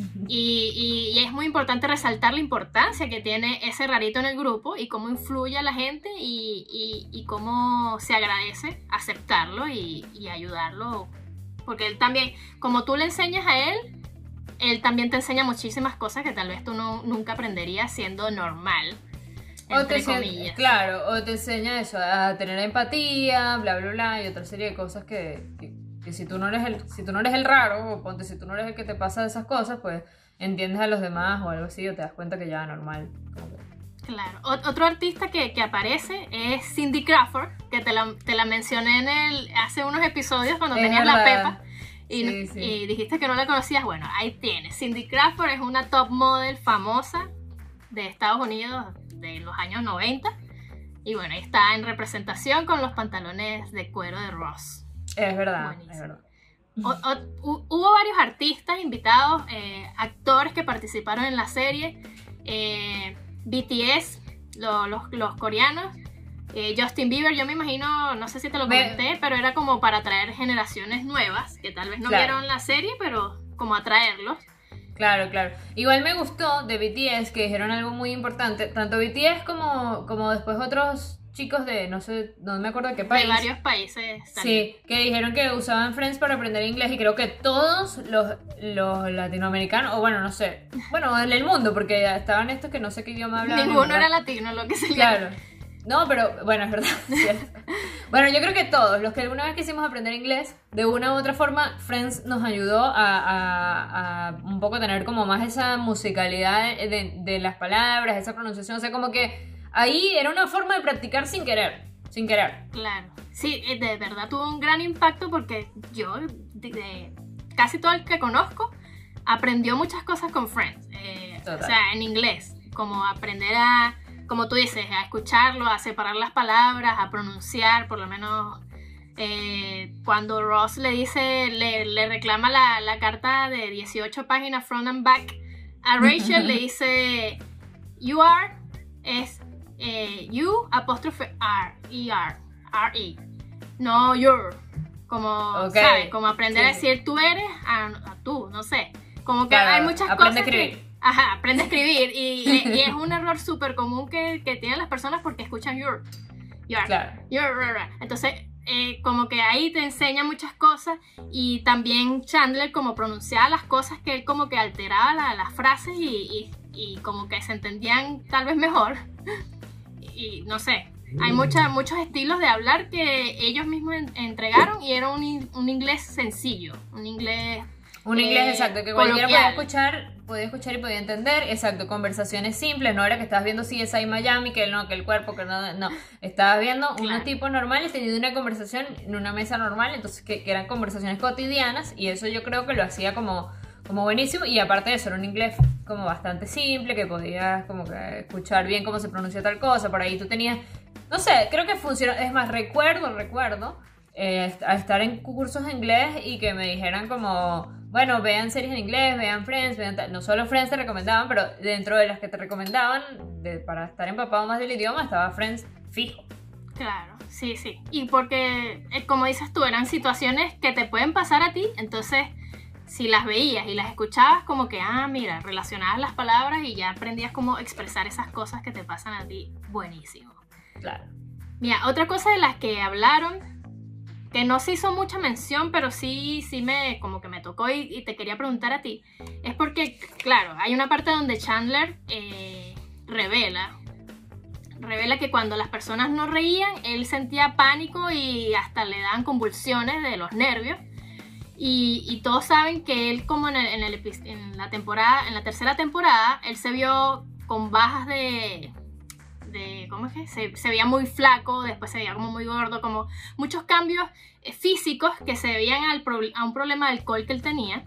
y, y- y es muy importante resaltar la importancia que tiene ese rarito en el grupo y cómo influye a la gente y, y- y cómo se agradece aceptarlo y, y ayudarlo, porque él también, como tú le enseñas a él, él también te enseña muchísimas cosas que tal vez tú no, nunca aprenderías siendo normal. O te Entre enseña, comillas. claro, o te enseña eso, a tener empatía, bla, bla, bla, y otra serie de cosas que, que, que si tú no eres el, si tú no eres el raro, o ponte, si tú no eres el que te pasa esas cosas, pues entiendes a los demás o algo así, o te das cuenta que ya normal. Como que- Claro. O- otro artista que, que aparece es Cindy Crawford, que te la, te la mencioné en el, hace unos episodios cuando Es tenías la verdad. Pepa y, Sí, sí. y dijiste que no la conocías. Bueno, ahí tienes. Cindy Crawford es una top model famosa de Estados Unidos de los años noventa y bueno, está en representación con los pantalones de cuero de Ross. Es verdad, Buenísimo. es verdad. O- o- hu- hubo varios artistas invitados, eh, actores que participaron en la serie, eh, B T S, lo- los, los coreanos, eh, Justin Bieber, yo me imagino, no sé si te lo Me- comenté, pero era como para atraer generaciones nuevas, que tal vez no Claro. vieron la serie, pero como atraerlos. Claro, claro. Igual me gustó de B T S que dijeron algo muy importante, tanto B T S como, como después otros chicos de, no sé, no me acuerdo de qué país. De varios países también. Sí, que dijeron que usaban Friends para aprender inglés y creo que todos los, los latinoamericanos, o bueno, no sé, bueno, en el mundo, porque estaban estos que no sé qué idioma hablaban. Ninguno ¿verdad? era latino, lo que se Claro. No, pero bueno, es verdad. Cierto. Bueno, yo creo que todos los que alguna vez quisimos aprender inglés, de una u otra forma, Friends nos ayudó a, a, a un poco tener como más esa musicalidad de, de las palabras, esa pronunciación. O sea, como que ahí era una forma de practicar sin querer, sin querer. Claro. Sí, de verdad tuvo un gran impacto porque yo, de, de casi todo el que conozco, aprendió muchas cosas con Friends. Eh, o sea, en inglés. Como aprender a, como tú dices, a escucharlo, a separar las palabras, a pronunciar, por lo menos eh, cuando Ross le dice, le, le reclama la, la carta de dieciocho páginas front and back a Rachel, le dice you are, es eh, you apóstrofe R, E R, R E, no you're, como, okay. ¿sabes? Como aprender sí. a decir tú eres a, a tú, no sé, como que claro, hay muchas aprende cosas a escribir. Que, ajá, aprende a escribir y, y, y es un error súper común que, que tienen las personas porque escuchan your, your, claro. your, your. Entonces, eh, como que ahí te enseña muchas cosas y también Chandler como pronunciaba las cosas que él como que alteraba la, las frases y, y, y como que se entendían tal vez mejor y no sé, hay mucha, muchos estilos de hablar que ellos mismos en, entregaron y era un, un inglés sencillo, un inglés... Un eh, inglés exacto, que cualquiera coloquial. podía escuchar, podía escuchar y podía entender, exacto, conversaciones simples, no era que estabas viendo C S I Miami, que no, que el cuerpo, que no, no, estabas viendo Claro. unos tipos normales teniendo una conversación en una mesa normal, entonces que, que eran conversaciones cotidianas y eso yo creo que lo hacía como, como buenísimo y aparte de eso era un inglés como bastante simple, que podías como que escuchar bien cómo se pronuncia tal cosa, por ahí tú tenías, no sé, creo que funcionó, es más, recuerdo, recuerdo, eh, a estar en cursos de inglés y que me dijeran como... Bueno, vean series en inglés, vean Friends, vean tal. No solo Friends te recomendaban, pero dentro de las que te recomendaban de, para estar empapado más del idioma estaba Friends fijo. Claro, sí, sí. Y porque, eh, como dices tú, eran situaciones que te pueden pasar a ti, entonces si las veías y las escuchabas como que, ah, mira, relacionabas las palabras y ya aprendías cómo expresar esas cosas que te pasan a ti, buenísimo. Claro. Mira, otra cosa de las que hablaron, que no se hizo mucha mención, pero sí, sí me, como que me tocó y, y te quería preguntar a ti, es porque, claro, hay una parte donde Chandler eh, revela, revela que cuando las personas no reían, él sentía pánico y hasta le daban convulsiones de los nervios. Y, y todos saben que él, como en, el, en, el, en la temporada, en la tercera temporada, él se vio con bajas de... De, ¿cómo es que? Se, se veía muy flaco, después se veía como muy gordo, como muchos cambios eh, físicos que se debían al pro, a un problema de alcohol que él tenía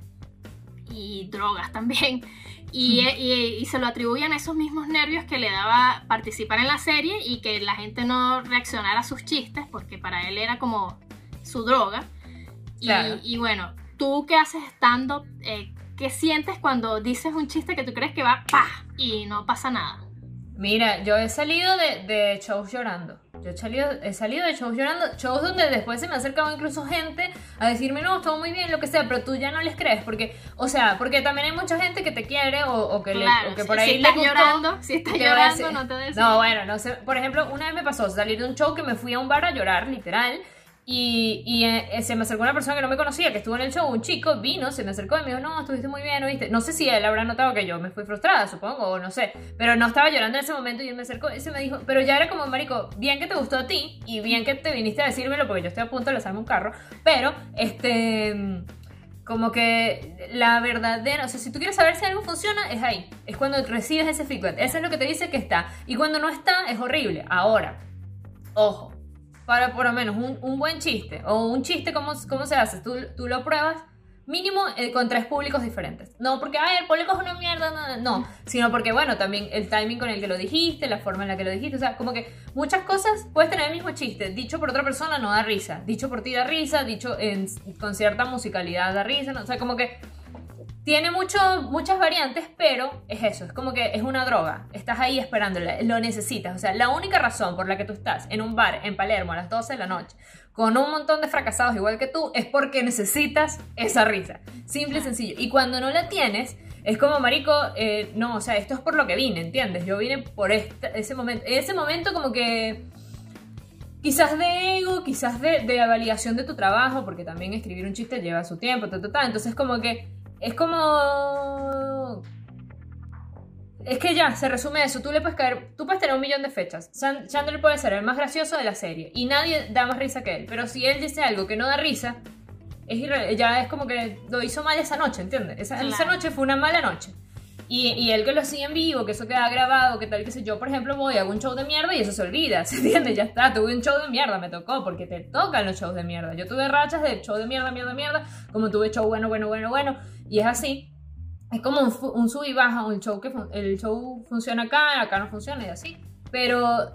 y drogas también y, mm. y, y se lo atribuían a esos mismos nervios que le daba participar en la serie y que la gente no reaccionara a sus chistes porque para él era como su droga. Claro. y, y bueno, tú que haces stand-up, eh, ¿qué sientes cuando dices un chiste que tú crees que va ¡pah! Y no pasa nada? Mira, yo he salido de, de shows llorando. Yo he salido, he salido de shows llorando. Shows donde después se me ha acercado incluso gente a decirme, no, estuvo muy bien, lo que sea, pero tú ya no les crees. Porque, o sea, porque también hay mucha gente que te quiere o, o, que, claro, le, o que si, por ahí si le estás gustó, llorando, si estás llorando, decir, no te des. No, bueno, no sé. Por ejemplo, una vez me pasó salir de un show que me fui a un bar a llorar, literal. Y, y eh, se me acercó una persona que no me conocía, que estuvo en el show, un chico, vino, se me acercó y me dijo, no, estuviste muy bien, ¿oíste? No sé si él habrá notado que yo me fui frustrada, supongo, o no sé, pero no estaba llorando en ese momento y él me acercó y se me dijo, pero ya era como, marico, bien que te gustó a ti y bien que te viniste a decírmelo porque yo estoy a punto de lanzarme un carro, pero, este... como que la verdadera, o sea, si tú quieres saber si algo funciona, es ahí, es cuando recibes ese feedback, eso es lo que te dice que está, y cuando no está, es horrible. Ahora, ojo, para por lo menos un, un buen chiste, o un chiste, ¿cómo, cómo se hace? Tú, tú lo pruebas mínimo eh, con tres públicos diferentes. No porque, ay, el público es una mierda, no, no, sino porque, bueno, también el timing con el que lo dijiste, la forma en la que lo dijiste, o sea, como que muchas cosas puedes tener el mismo chiste, dicho por otra persona no da risa, dicho por ti da risa, dicho en, con cierta musicalidad da risa, ¿no? O sea, como que tiene mucho, muchas variantes, pero es eso, es como que es una droga. Estás ahí esperándola, lo necesitas. O sea, la única razón por la que tú estás en un bar en Palermo a las doce de la noche con un montón de fracasados igual que tú es porque necesitas esa risa. Simple y sencillo. Y cuando no la tienes, es como, marico, eh, no, o sea, esto es por lo que vine, ¿entiendes? Yo vine por esta, ese momento. Ese momento como que... quizás de ego, quizás de, de validación de tu trabajo, porque también escribir un chiste lleva su tiempo, ta, ta, ta. Entonces como que... es como... es que ya, se resume eso. Tú le puedes caer, tú puedes tener un millón de fechas. Chandler puede ser el más gracioso de la serie y nadie da más risa que él. Pero si él dice algo que no da risa, es irre- ya es como que lo hizo mal esa noche, ¿entiendes? Esa, Claro. esa noche fue una mala noche. Y, y él que lo hacía en vivo, que eso queda grabado, que tal, que sé yo, por ejemplo, voy, hago un show de mierda y eso se olvida, ¿se entiende? Ya está, tuve un show de mierda, me tocó, porque te tocan los shows de mierda. Yo tuve rachas de show de mierda, mierda, mierda, como tuve show bueno, bueno, bueno, bueno, y es así. Es como un, fu- un sub y baja, un show que fun- el show funciona acá, acá no funciona y así. Pero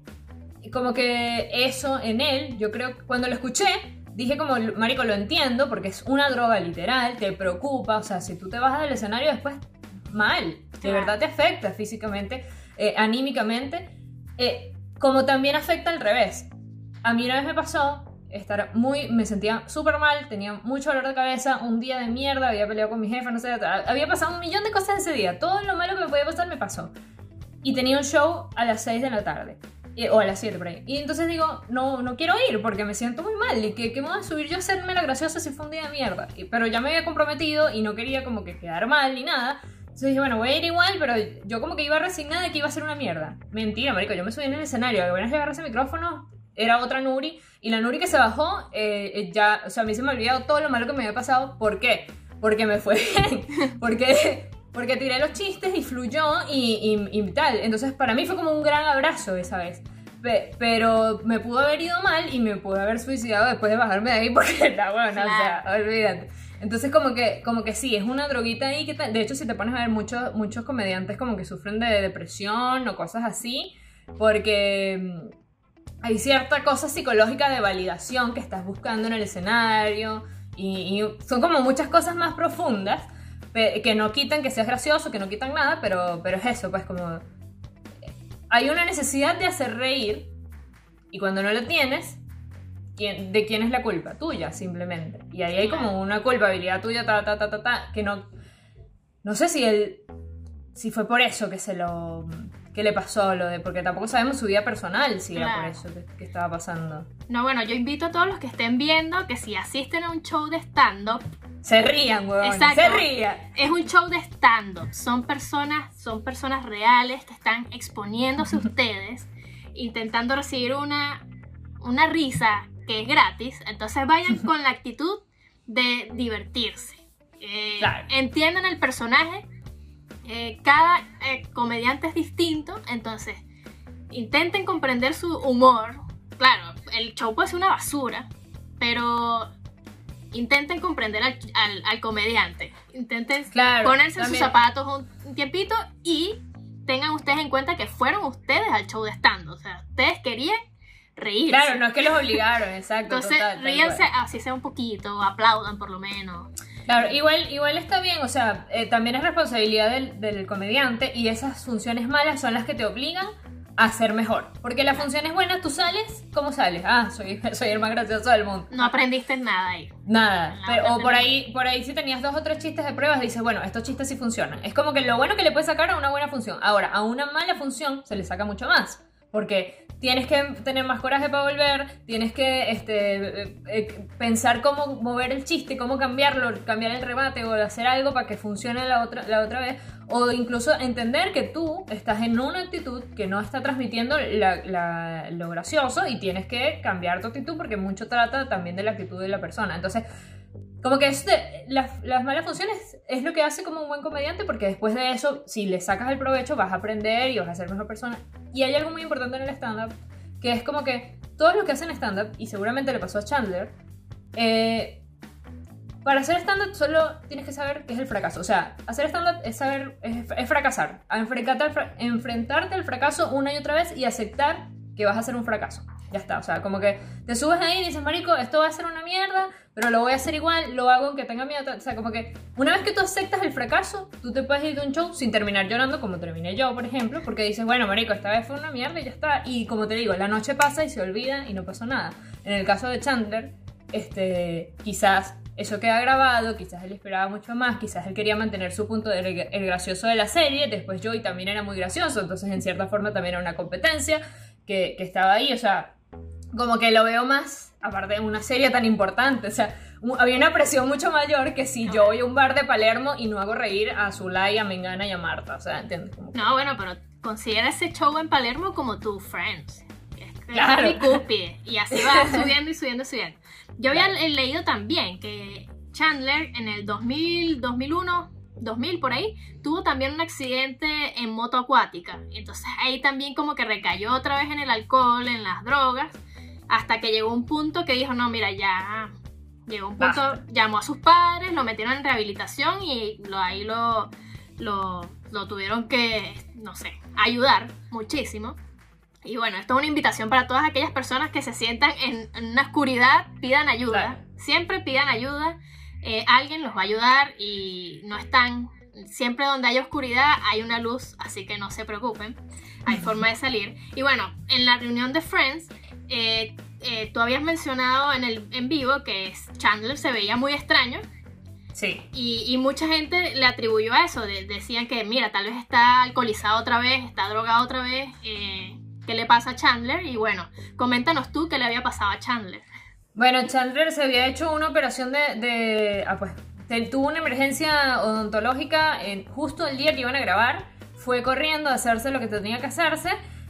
como que eso en él, yo creo que cuando lo escuché, dije como, marico, lo entiendo, porque es una droga literal, te preocupa, o sea, si tú te bajas del escenario después, mal, de Claro. verdad te afecta físicamente, eh, anímicamente, eh, como también afecta al revés. A mí una vez me pasó estar muy, me sentía súper mal, tenía mucho dolor de cabeza, un día de mierda, había peleado con mi jefa, no sé, había pasado un millón de cosas ese día, todo lo malo que me podía pasar me pasó. Y tenía un show a las seis de la tarde. Eh, o a las siete por ahí. Y entonces digo, no, no quiero ir porque me siento muy mal. ¿Y que, que me voy a subir yo a hacerme la graciosa si fue un día de mierda? Y, pero ya me había comprometido y no quería como que quedar mal ni nada. Entonces dije, bueno, voy a ir igual, pero yo como que iba resignada de que iba a ser una mierda. Mentira, marico, yo me subí en el escenario. Apenas le agarré ese micrófono, era otra Nuri. Y la Nuri que se bajó, eh, eh, ya, o sea, a mí se me olvidó todo lo malo que me había pasado. ¿Por qué? Porque me fue bien. Porque... Porque tiré los chistes y fluyó y, y, y tal. Entonces para mí fue como un gran abrazo esa vez. Pe- pero me pudo haber ido mal y me pudo haber suicidado después de bajarme de ahí porque está bueno, Claro. o sea, olvídate. Entonces como que, como que sí, es una droguita ahí que tal. De hecho, si te pones a ver, muchos, muchos comediantes como que sufren de depresión o cosas así. Porque mm, hay cierta cosa psicológica de validación que estás buscando en el escenario. Y, y son como muchas cosas más profundas que no quitan que seas gracioso, que no quitan nada, pero, pero es eso, pues como... Hay una necesidad de hacer reír y cuando no lo tienes, ¿quién, ¿de quién es la culpa? Tuya, simplemente. Y ahí hay como una culpabilidad tuya, ta, ta, ta, ta, ta, que no... No sé si él... Si fue por eso que se lo... que le pasó lo de... Porque tampoco sabemos su vida personal si era Claro. por eso que, que estaba pasando. No, bueno, yo invito a todos los que estén viendo que si asisten a un show de stand-up, Se rían, huevones, Exacto. se rían. es un show de stand-up. Son personas, son personas reales que están exponiéndose a ustedes, intentando recibir una, una risa que es gratis. Entonces vayan con la actitud de divertirse. Eh, Claro. Entiendan el personaje. Eh, cada eh, comediante es distinto. Entonces intenten comprender su humor. Claro, el show puede ser una basura, pero... intenten comprender al, al, al comediante. Intenten Claro, ponerse en sus también. zapatos un, un tiempito y tengan ustedes en cuenta que fueron ustedes al show de stand. O sea, ustedes querían reírse. Claro, no es que los obligaron, exacto. Entonces, total, tal ríanse cual. así sea un poquito, aplaudan por lo menos. Claro, igual, igual está bien, o sea, eh, también es responsabilidad del, del comediante y esas funciones malas son las que te obligan a ser mejor. Porque las funciones buenas, tú sales, ¿cómo sales? Ah, soy, soy el más gracioso del mundo. No aprendiste nada ahí. Nada, No, pero, no o por aprendí. ahí, por ahí si tenías dos o tres chistes de pruebas, dices, bueno, estos chistes sí funcionan. Es como que lo bueno que le puedes sacar a una buena función. Ahora, a una mala función se le saca mucho más. Porque tienes que tener más coraje para volver, tienes que este, eh, eh, pensar cómo mover el chiste, cómo cambiarlo, cambiar el remate o hacer algo para que funcione la otra, la otra vez. O incluso entender que tú estás en una actitud que no está transmitiendo la, la, lo gracioso y tienes que cambiar tu actitud porque mucho trata también de la actitud de la persona. Entonces, como que es de, las, las malas funciones es lo que hace como un buen comediante porque después de eso, si le sacas el provecho, vas a aprender y vas a ser mejor persona. Y hay algo muy importante en el stand-up, que es como que todos los que hacen stand-up, y seguramente le pasó a Chandler, eh, para hacer stand-up solo tienes que saber qué es el fracaso. O sea, hacer stand-up es saber, es, es fracasar. A enfrentarte, al fra- enfrentarte al fracaso una y otra vez y aceptar que vas a hacer un fracaso. Ya está, o sea, como que te subes ahí y dices, marico, esto va a ser una mierda, pero lo voy a hacer igual, lo hago aunque tenga miedo. O sea, como que una vez que tú aceptas el fracaso, tú te puedes ir de un show sin terminar llorando como terminé yo, por ejemplo, porque dices, bueno, marico, esta vez fue una mierda y ya está. Y como te digo, la noche pasa y se olvida y no pasó nada. En el caso de Chandler, este, quizás eso queda grabado, quizás él esperaba mucho más, quizás él quería mantener su punto de el, el gracioso de la serie, después Joey también era muy gracioso, entonces en cierta forma también era una competencia que, que estaba ahí, o sea, como que lo veo más, aparte de una serie tan importante, o sea, un- había una presión mucho mayor que si yo voy a un bar de Palermo y no hago reír a Zulay, a Mengana y a Marta, o sea, ¿entiendes? Como que- No, bueno, pero considera ese show en Palermo como tu Friends. Es que Claro. es mi cúspide. Y así va subiendo y subiendo y subiendo. Yo había Claro. leído también que Chandler en el dos mil, dos mil uno, dos mil por ahí, tuvo también un accidente en moto acuática. Entonces ahí también como que recayó otra vez en el alcohol, en las drogas, hasta que llegó un punto que dijo, no, mira, ya... Llegó un punto, Basta. llamó a sus padres, lo metieron en rehabilitación y lo, ahí lo, lo, lo tuvieron que, no sé, ayudar muchísimo. Y bueno, esto es una invitación para todas aquellas personas que se sientan en, en una oscuridad, pidan ayuda. Claro. Siempre pidan ayuda, eh, alguien los va a ayudar y no están, siempre donde hay oscuridad hay una luz, así que no se preocupen, hay forma de salir. Y bueno, en la reunión de Friends, eh, eh, tú habías mencionado en el en vivo que Chandler se veía muy extraño. Sí. Y, y mucha gente le atribuyó a eso, de- decían que mira, tal vez está alcoholizado otra vez, está drogado otra vez, eh, ¿qué le pasa a Chandler? Y bueno, coméntanos tú qué le había pasado a Chandler. Bueno, Chandler se había hecho una operación de... de ah, pues, te- tuvo una emergencia odontológica en, justo el día que iban a grabar, fue corriendo a hacerse lo que tenía que hacerse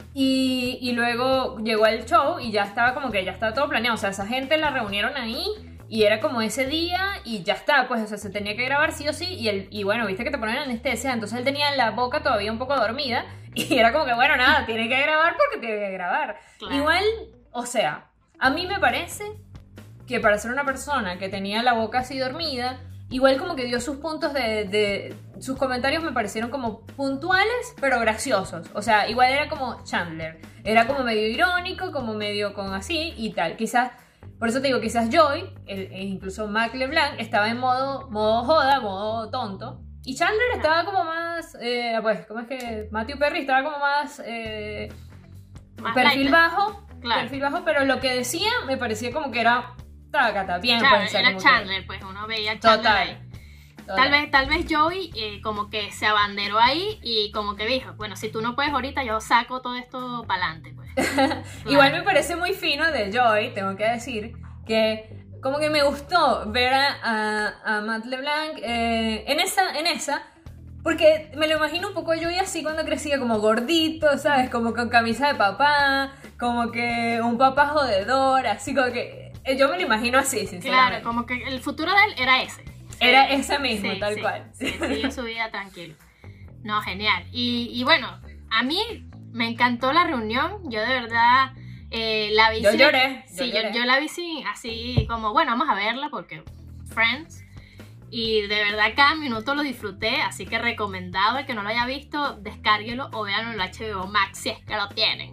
y, y luego llegó al show y ya estaba como que ya estaba todo planeado, o sea, esa gente la reunieron ahí y era como ese día y ya está, pues, o sea, se tenía que grabar sí o sí y, el, y bueno, viste que te ponen anestesia, entonces él tenía la boca todavía un poco dormida y era como que, bueno, nada, tiene que grabar porque tiene que grabar. Claro. Igual, o sea, a mí me parece que para ser una persona que tenía la boca así dormida, igual como que dio sus puntos de, de... Sus comentarios me parecieron como puntuales, pero graciosos. O sea, igual era como Chandler. Era como medio irónico, como medio con así y tal. Quizás, por eso te digo, quizás Joy, el- e incluso Mac LeBlanc, estaba en modo, modo joda, modo tonto. Y Chandler estaba como más, eh, pues, ¿cómo es que? Matthew Perry estaba como más... eh, Más perfil light. bajo, Claro. perfil bajo, pero lo que decía me parecía como que era tacata, bien, Claro, pues, o sea, era como que- Chandler, pues uno veía a Chandler Total. ahí. total. Tal vez, tal vez Joey eh, como que se abanderó ahí y como que dijo, bueno, si tú no puedes ahorita, yo saco todo esto para adelante, pues. Igual Claro. me parece muy fino de Joy, tengo que decir, que como que me gustó ver a, a, a Matt LeBlanc eh, en esa, en esa, porque me lo imagino un poco a Joey así cuando crecía, como gordito, ¿sabes? Como con camisa de papá, como que un papá jodedor, así como que... eh, Yo me lo imagino así, sinceramente. Claro, como que el futuro de él era ese. Era ese mismo, Sí, tal sí, cual. Sí, siguió su vida tranquilo. No, genial. Y, y bueno, a mí me encantó la reunión. Yo de verdad eh, la vi Yo sin- lloré, yo Sí, yo, lloré. yo la vi sin- así como, bueno, vamos a verla porque Friends. Y de verdad cada minuto lo disfruté, así que recomendado el que no lo haya visto, descárguelo o véanlo en el H B O Max si es que lo tienen.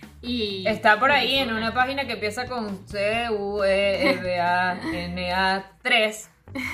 Y Está por ahí en disfruten. una página que empieza con C U E V A N A tres.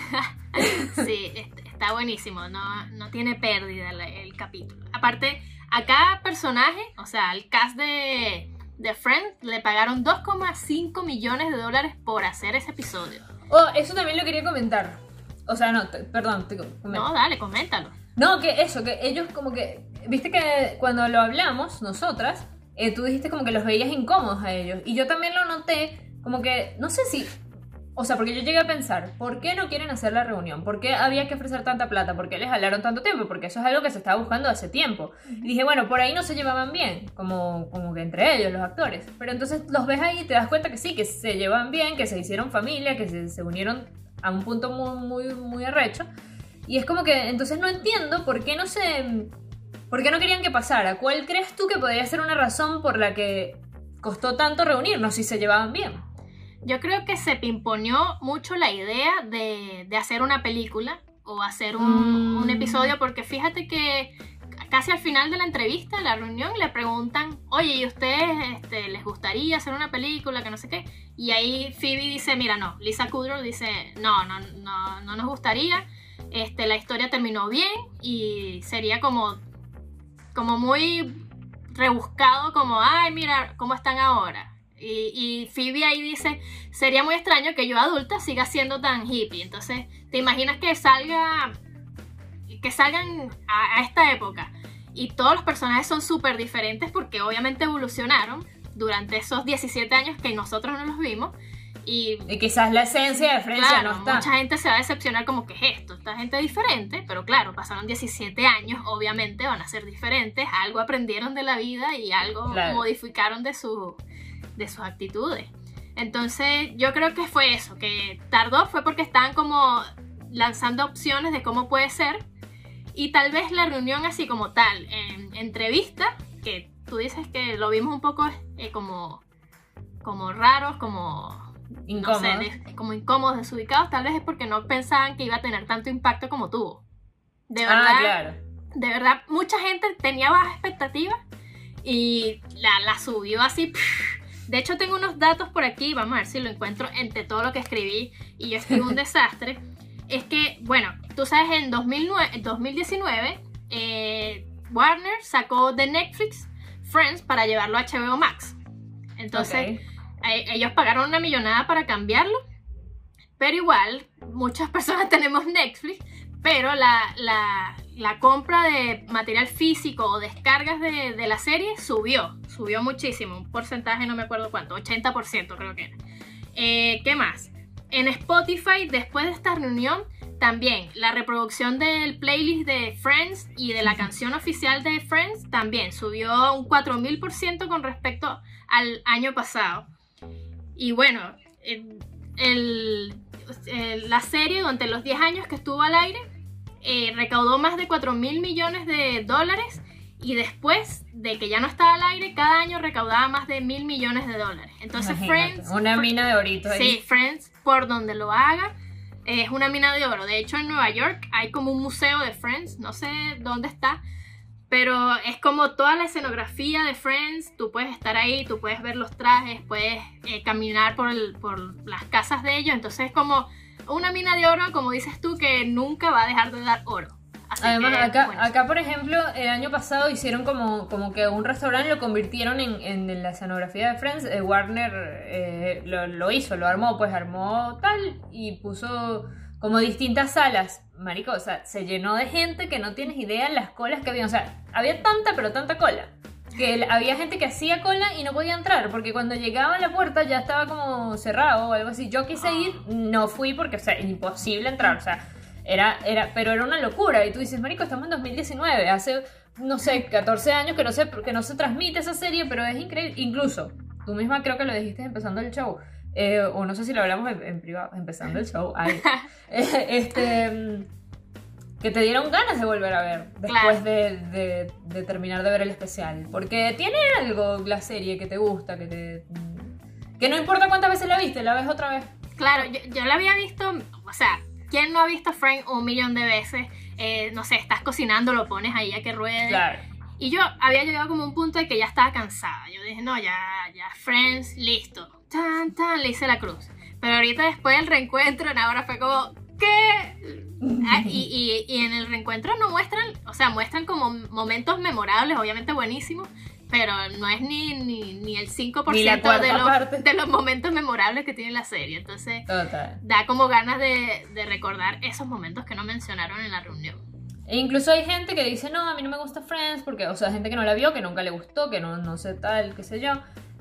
Sí, est- está buenísimo, no, no tiene pérdida el, el capítulo. Aparte, a cada personaje, o sea, al cast de, de Friends, le pagaron dos coma cinco millones de dólares por hacer ese episodio. Oh, eso también lo quería comentar. O sea, no, te- perdón. Te, comento. No, dale, coméntalo. No, que eso, que ellos como que... Viste que cuando lo hablamos, nosotras, eh, tú dijiste como que los veías incómodos a ellos. Y yo también lo noté, como que, no sé si... O sea, porque yo llegué a pensar, ¿por qué no quieren hacer la reunión? ¿Por qué había que ofrecer tanta plata? ¿Por qué les jalaron tanto tiempo? Porque eso es algo que se estaba buscando hace tiempo. Y dije, bueno, por ahí no se llevaban bien, como, como que entre ellos, los actores. Pero entonces los ves ahí y te das cuenta que sí, que se llevan bien, que se hicieron familia, que se, se unieron a un punto muy, muy, muy arrecho. Y es como que, entonces no entiendo por qué no se... ¿Por qué no querían que pasara? ¿Cuál crees tú que podría ser una razón por la que costó tanto reunirnos si se llevaban bien? Yo creo que se pimponeó mucho la idea de, de hacer una película o hacer un, Mm. un episodio, porque fíjate que casi al final de la entrevista, de la reunión, le preguntan, oye, ¿y ustedes este, les gustaría hacer una película? Que no sé qué. Y ahí Phoebe dice, mira, no. Lisa Kudrow dice, no, no, no, no nos gustaría. Este, la historia terminó bien y sería como, como muy rebuscado, como, ay, mira cómo están ahora. Y, y Phoebe ahí dice, sería muy extraño que yo adulta siga siendo tan hippie. Entonces, ¿te imaginas que salga, que salgan a, a esta época y todos los personajes son súper diferentes porque obviamente evolucionaron durante esos diecisiete años que nosotros no los vimos? Y, y quizás la esencia de Friends claro, ya no está. mucha gente se va a decepcionar como que es esto, esta gente diferente, pero claro, pasaron diecisiete años, obviamente van a ser diferentes, algo aprendieron de la vida y algo Claro. modificaron de, su, de sus actitudes. Entonces yo creo que fue eso, que tardó fue porque estaban como lanzando opciones de cómo puede ser, y tal vez la reunión así como tal, en entrevista, que tú dices que lo vimos un poco eh, como, como raros, como... Incómodo. No sé, de- como incómodos, desubicados, tal vez es porque no pensaban que iba a tener tanto impacto como tuvo. De verdad, Ah, claro. de verdad, mucha gente tenía bajas expectativas y la, la subió así. pff. De hecho, tengo unos datos por aquí, vamos a ver si lo encuentro entre todo lo que escribí, y yo escribí un desastre. Es que, bueno, tú sabes, en dos mil nueve, en dos mil diecinueve, eh, Warner sacó de Netflix Friends para llevarlo a H B O Max. Entonces... Ok. Eh, ellos pagaron una millonada para cambiarlo, pero igual muchas personas tenemos Netflix, pero la, la, la compra de material físico o descargas de, de la serie subió, subió muchísimo, un porcentaje no me acuerdo cuánto, ochenta por ciento creo que era. Eh, ¿Qué más? En Spotify, después de esta reunión, también la reproducción del playlist de Friends y de la canción oficial de Friends también subió un cuatro mil por ciento con respecto al año pasado. Y bueno, el, el, el, la serie durante los diez años que estuvo al aire eh, recaudó más de cuatro mil millones de dólares, y después de que ya no estaba al aire, cada año recaudaba más de mil millones de dólares. Entonces Imagínate, Friends... una mina de orito ahí. Sí, Friends, por donde lo haga, es una mina de oro. De hecho, en Nueva York hay como un museo de Friends, no sé dónde está, pero es como toda la escenografía de Friends. Tú puedes estar ahí, tú puedes ver los trajes, puedes eh, caminar por, el, por las casas de ellos. Entonces es como una mina de oro, como dices tú, que nunca va a dejar de dar oro. Así Además, que, acá, bueno, acá, por ejemplo, el año pasado hicieron como, como que un restaurante lo convirtieron en, en la escenografía de Friends. Eh, Warner eh, lo, lo hizo, lo armó, pues armó tal y puso como distintas salas. Marico, o sea, se llenó de gente que no tienes idea en las colas que había. O sea, había tanta, pero tanta cola, que el- había gente que hacía cola y no podía entrar, porque cuando llegaba a la puerta ya estaba como cerrado o algo así. Yo quise ir, no fui porque, o sea, imposible entrar, o sea, era, era, pero era una locura. Y tú dices, marico, estamos en dos mil diecinueve, hace, no sé, catorce años que no se, que no se transmite esa serie, pero es increíble. Incluso, tú misma creo que lo dijiste empezando el show, eh, o no sé si lo hablamos en, en privado, empezando el show, ay, eh, este... mm, que te dieron ganas de volver a ver después Claro. de, de- de terminar de ver el especial. Porque tiene algo la serie que te gusta, que te... que no importa cuántas veces la viste, la ves otra vez. claro, yo, yo la había visto, o sea, ¿quién no ha visto Friends un millón de veces? Eh, no sé, estás cocinando, lo pones ahí a que ruede. Claro. Y yo había llegado como a un punto de que ya estaba cansada. Yo dije, no, ya, ya, Friends, listo. Tan, tan, le hice la cruz. Pero ahorita después del reencuentro, en ahora fue como, ¿qué? Ah, y, y, y en el reencuentro no muestran, o sea, muestran como momentos memorables, obviamente buenísimos, pero no es ni, ni, ni el cinco por Ni la ciento cuarta de parte. los, de los momentos memorables que tiene la serie. Entonces, Total. da como ganas de, de recordar esos momentos que no mencionaron en la reunión. E incluso hay gente que dice, no, a mí no me gusta Friends, porque, o sea, gente que no la vio, que nunca le gustó, que no, no sé tal, qué sé yo.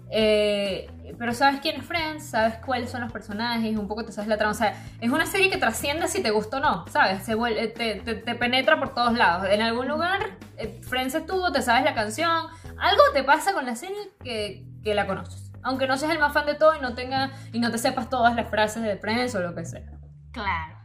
Eh, pero sabes quién es Friends, sabes cuáles son los personajes, un poco te sabes la trama. O sea, es una serie que trasciende si te gusta o no, ¿sabes? Se vuelve, te, te, te penetra por todos lados. En algún lugar, eh, Friends estuvo, te sabes la canción. Algo te pasa con la serie que, que la conoces. Aunque no seas el más fan de todo y no, tenga, y no te sepas todas las frases de Friends o lo que sea. Claro.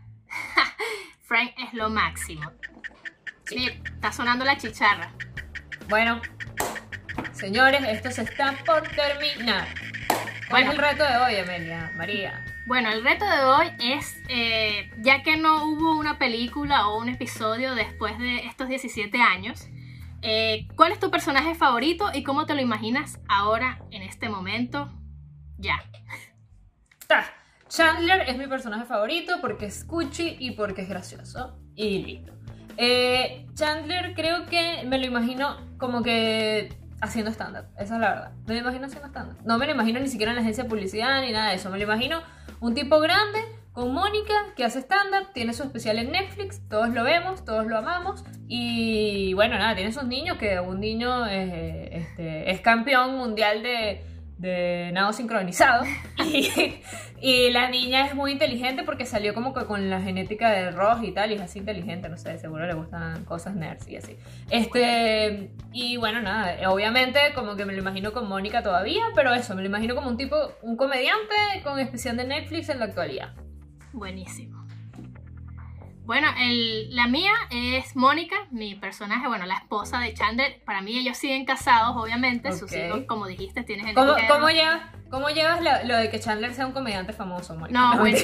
Frank es lo máximo. Sí, está sonando la chicharra. Bueno, señores, esto se está por terminar. ¿Cuál Bueno. es el reto de hoy, Amelia? María. Bueno, el reto de hoy es, eh, ya que no hubo una película o un episodio después de estos diecisiete años, eh, ¿cuál es tu personaje favorito y cómo te lo imaginas ahora, en este momento? Ya. Ta. Chandler es mi personaje favorito porque es cuchi y porque es gracioso. Y listo. Eh, Chandler creo que me lo imagino como que haciendo stand-up. Esa es la verdad. Me lo imagino haciendo stand-up. No me lo imagino ni siquiera en la agencia de publicidad ni nada de eso. Me lo imagino un tipo grande con Mónica que hace stand-up, tiene su especial en Netflix, todos lo vemos, todos lo amamos. Y bueno, nada, tiene sus niños, que un niño eh, este, es campeón mundial de, de nado sincronizado. Y, y la niña es muy inteligente porque salió como que con la genética de Ross y tal, y es así inteligente, no sé, seguro le gustan cosas nerds y así. Este, y bueno, nada, obviamente como que me lo imagino con Mónica todavía, pero eso, me lo imagino como un tipo, un comediante con especial de Netflix en la actualidad. Buenísimo. Bueno, el, la mía es Mónica, mi personaje, bueno, la esposa de Chandler. Para mí ellos siguen casados, obviamente. Okay. Sus hijos, como dijiste, tienen ¿Cómo, ¿cómo, llevas, ¿Cómo llevas lo, lo de que Chandler sea un comediante famoso, Mónica? No, no, bueno,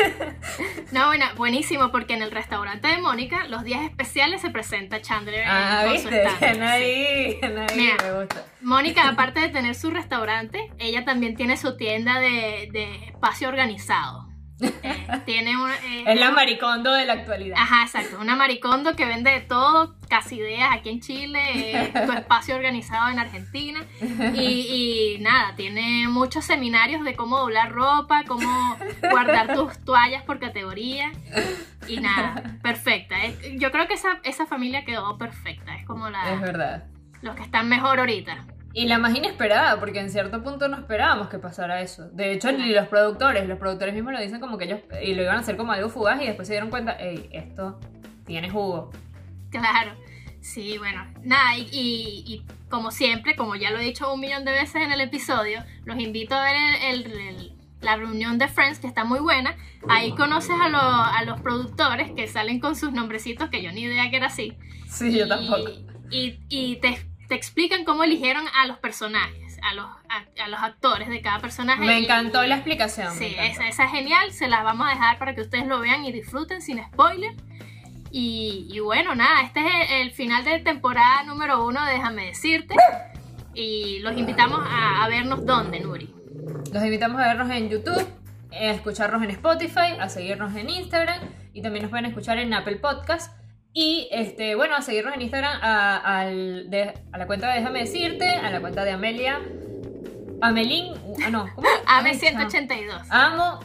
no bueno, buenísimo, porque en el restaurante de Mónica, los días especiales se presenta Chandler. Ah, con ¿viste? Su stand, ahí, sí. ahí Mira, me gusta. Mónica, aparte de tener su restaurante, ella también tiene su tienda de, de espacio organizado. Eh, tiene una, eh, es la maricondo de la actualidad. Ajá, exacto, una maricondo que vende de todo, casi ideas aquí en Chile, eh, tu espacio organizado en Argentina y, y nada, tiene muchos seminarios de cómo doblar ropa, cómo guardar tus toallas por categoría y nada, perfecta. Es, yo creo que esa, esa familia quedó perfecta, es como la... Es verdad. Los que están mejor ahorita. Y la más inesperada, porque en cierto punto no esperábamos que pasara eso. De hecho, ni los productores, los productores mismos lo dicen como que ellos, y lo iban a hacer como algo fugaz y después se dieron cuenta, hey, esto tiene jugo. Claro, sí, bueno, nada, y, y, y como siempre, como ya lo he dicho un millón de veces en el episodio, los invito a ver el, el, el, la reunión de Friends, que está muy buena. Ahí conoces a, lo, a los productores que salen con sus nombrecitos, que yo ni idea que era así. Sí, y, yo tampoco. Y, y te... te explican cómo eligieron a los personajes, a los, a, a los actores de cada personaje. Me encantó y, la explicación. Sí, esa, esa es genial, se las vamos a dejar para que ustedes lo vean y disfruten sin spoiler. Y, y bueno, nada, este es el, el final de temporada número uno de Déjame Decirte. Y los invitamos a, a vernos ¿dónde, Nuri? Los invitamos a vernos en YouTube, a escucharnos en Spotify, a seguirnos en Instagram y también nos pueden escuchar en Apple Podcast. Y este, bueno, a seguirnos en Instagram a, al de, a la cuenta de Déjame Decirte, a la cuenta de Amelia, Amelín, ah, no, ¿cómo? Ame ciento ochenta y dos. Amo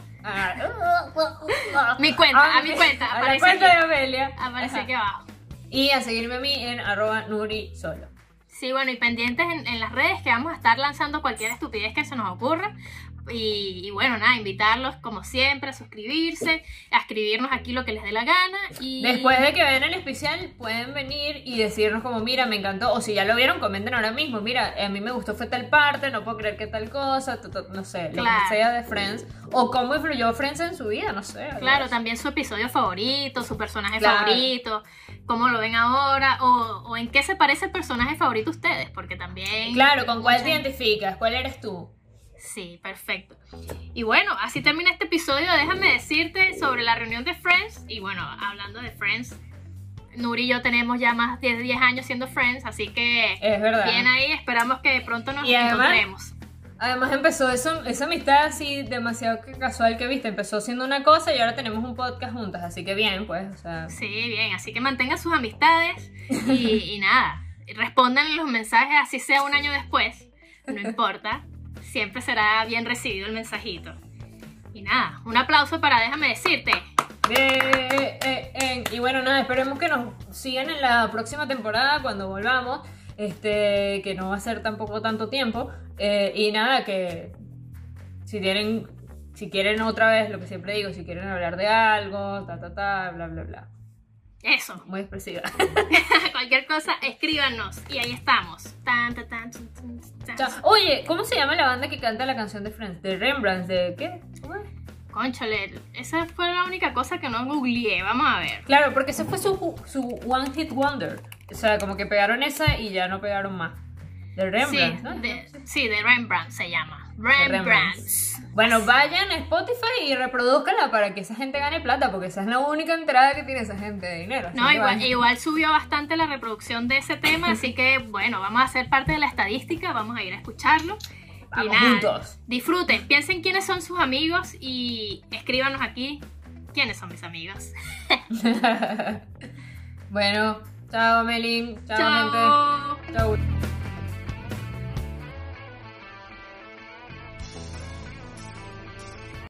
a, mi cuenta, a, a mi cuenta, a la cuenta aquí, de Amelia. Aparece aquí abajo. Y a seguirme a mí en arroba Nuri Solo. Sí, bueno, y pendientes en, en las redes que vamos a estar lanzando cualquier estupidez que se nos ocurra. Y, y bueno, nada, invitarlos como siempre a suscribirse, a escribirnos aquí lo que les dé la gana. Y después de que vean el especial, pueden venir y decirnos como, mira, me encantó. O si ya lo vieron, comenten ahora mismo. Mira, a mí me gustó fue tal parte, no puedo creer que tal cosa, t -t no sé, claro. Lo que sea de Friends. O cómo influyó Friends en su vida, no sé. Claro, también su episodio favorito, su personaje claro. favorito, cómo lo ven ahora, o, o en qué se parece el personaje favorito a ustedes, porque también... Claro, con cuál te identificas, cuál eres tú. Sí, perfecto. Y bueno, así termina este episodio. Déjame decirte sobre la reunión de Friends. Y bueno, hablando de Friends, Nuri y yo tenemos ya más de diez años siendo Friends, así que es verdad. Bien ahí, esperamos que pronto nos y además, encontremos. Además empezó eso, esa amistad así demasiado casual que viste, empezó siendo una cosa y ahora tenemos un podcast juntas, así que bien, pues, o sea... Sí, bien, así que mantengan sus amistades y, y nada, respondan los mensajes así sea un año después, no importa. Siempre será bien recibido el mensajito. Y nada, un aplauso para Déjame Decirte. Eh, eh, eh, y bueno, nada, esperemos que nos sigan en la próxima temporada cuando volvamos. Este, que no va a ser tampoco tanto tiempo. Eh, y nada, que si tienen, si quieren otra vez, lo que siempre digo, si quieren hablar de algo, ta, ta, ta, bla, bla, bla. Eso. Muy expresiva. Cualquier cosa, escríbanos. Y ahí estamos. Tan, tan, tan, tan, tan. Oye, ¿cómo se llama la banda que canta la canción de Friends? ¿De Rembrandt? ¿De qué? ¿Cómo es? Cónchale, esa fue la única cosa que no googleé. Vamos a ver. Claro, porque ese fue su, su One Hit Wonder. O sea, como que pegaron esa y ya no pegaron más. De Rembrandt, sí, ¿no? De, sí, de Rembrandt se llama. Rembrandt. Bueno, vayan a Spotify y reproduzcanla para que esa gente gane plata, porque esa es la única entrada que tiene esa gente de dinero. No, igual, igual subió bastante la reproducción de ese tema, así que bueno, vamos a ser parte de la estadística, vamos a ir a escucharlo. Vamos y nada, juntos. Disfruten, piensen quiénes son sus amigos y escríbanos aquí quiénes son mis amigos. Bueno, chao Melin, chao, chao. gente. Chao.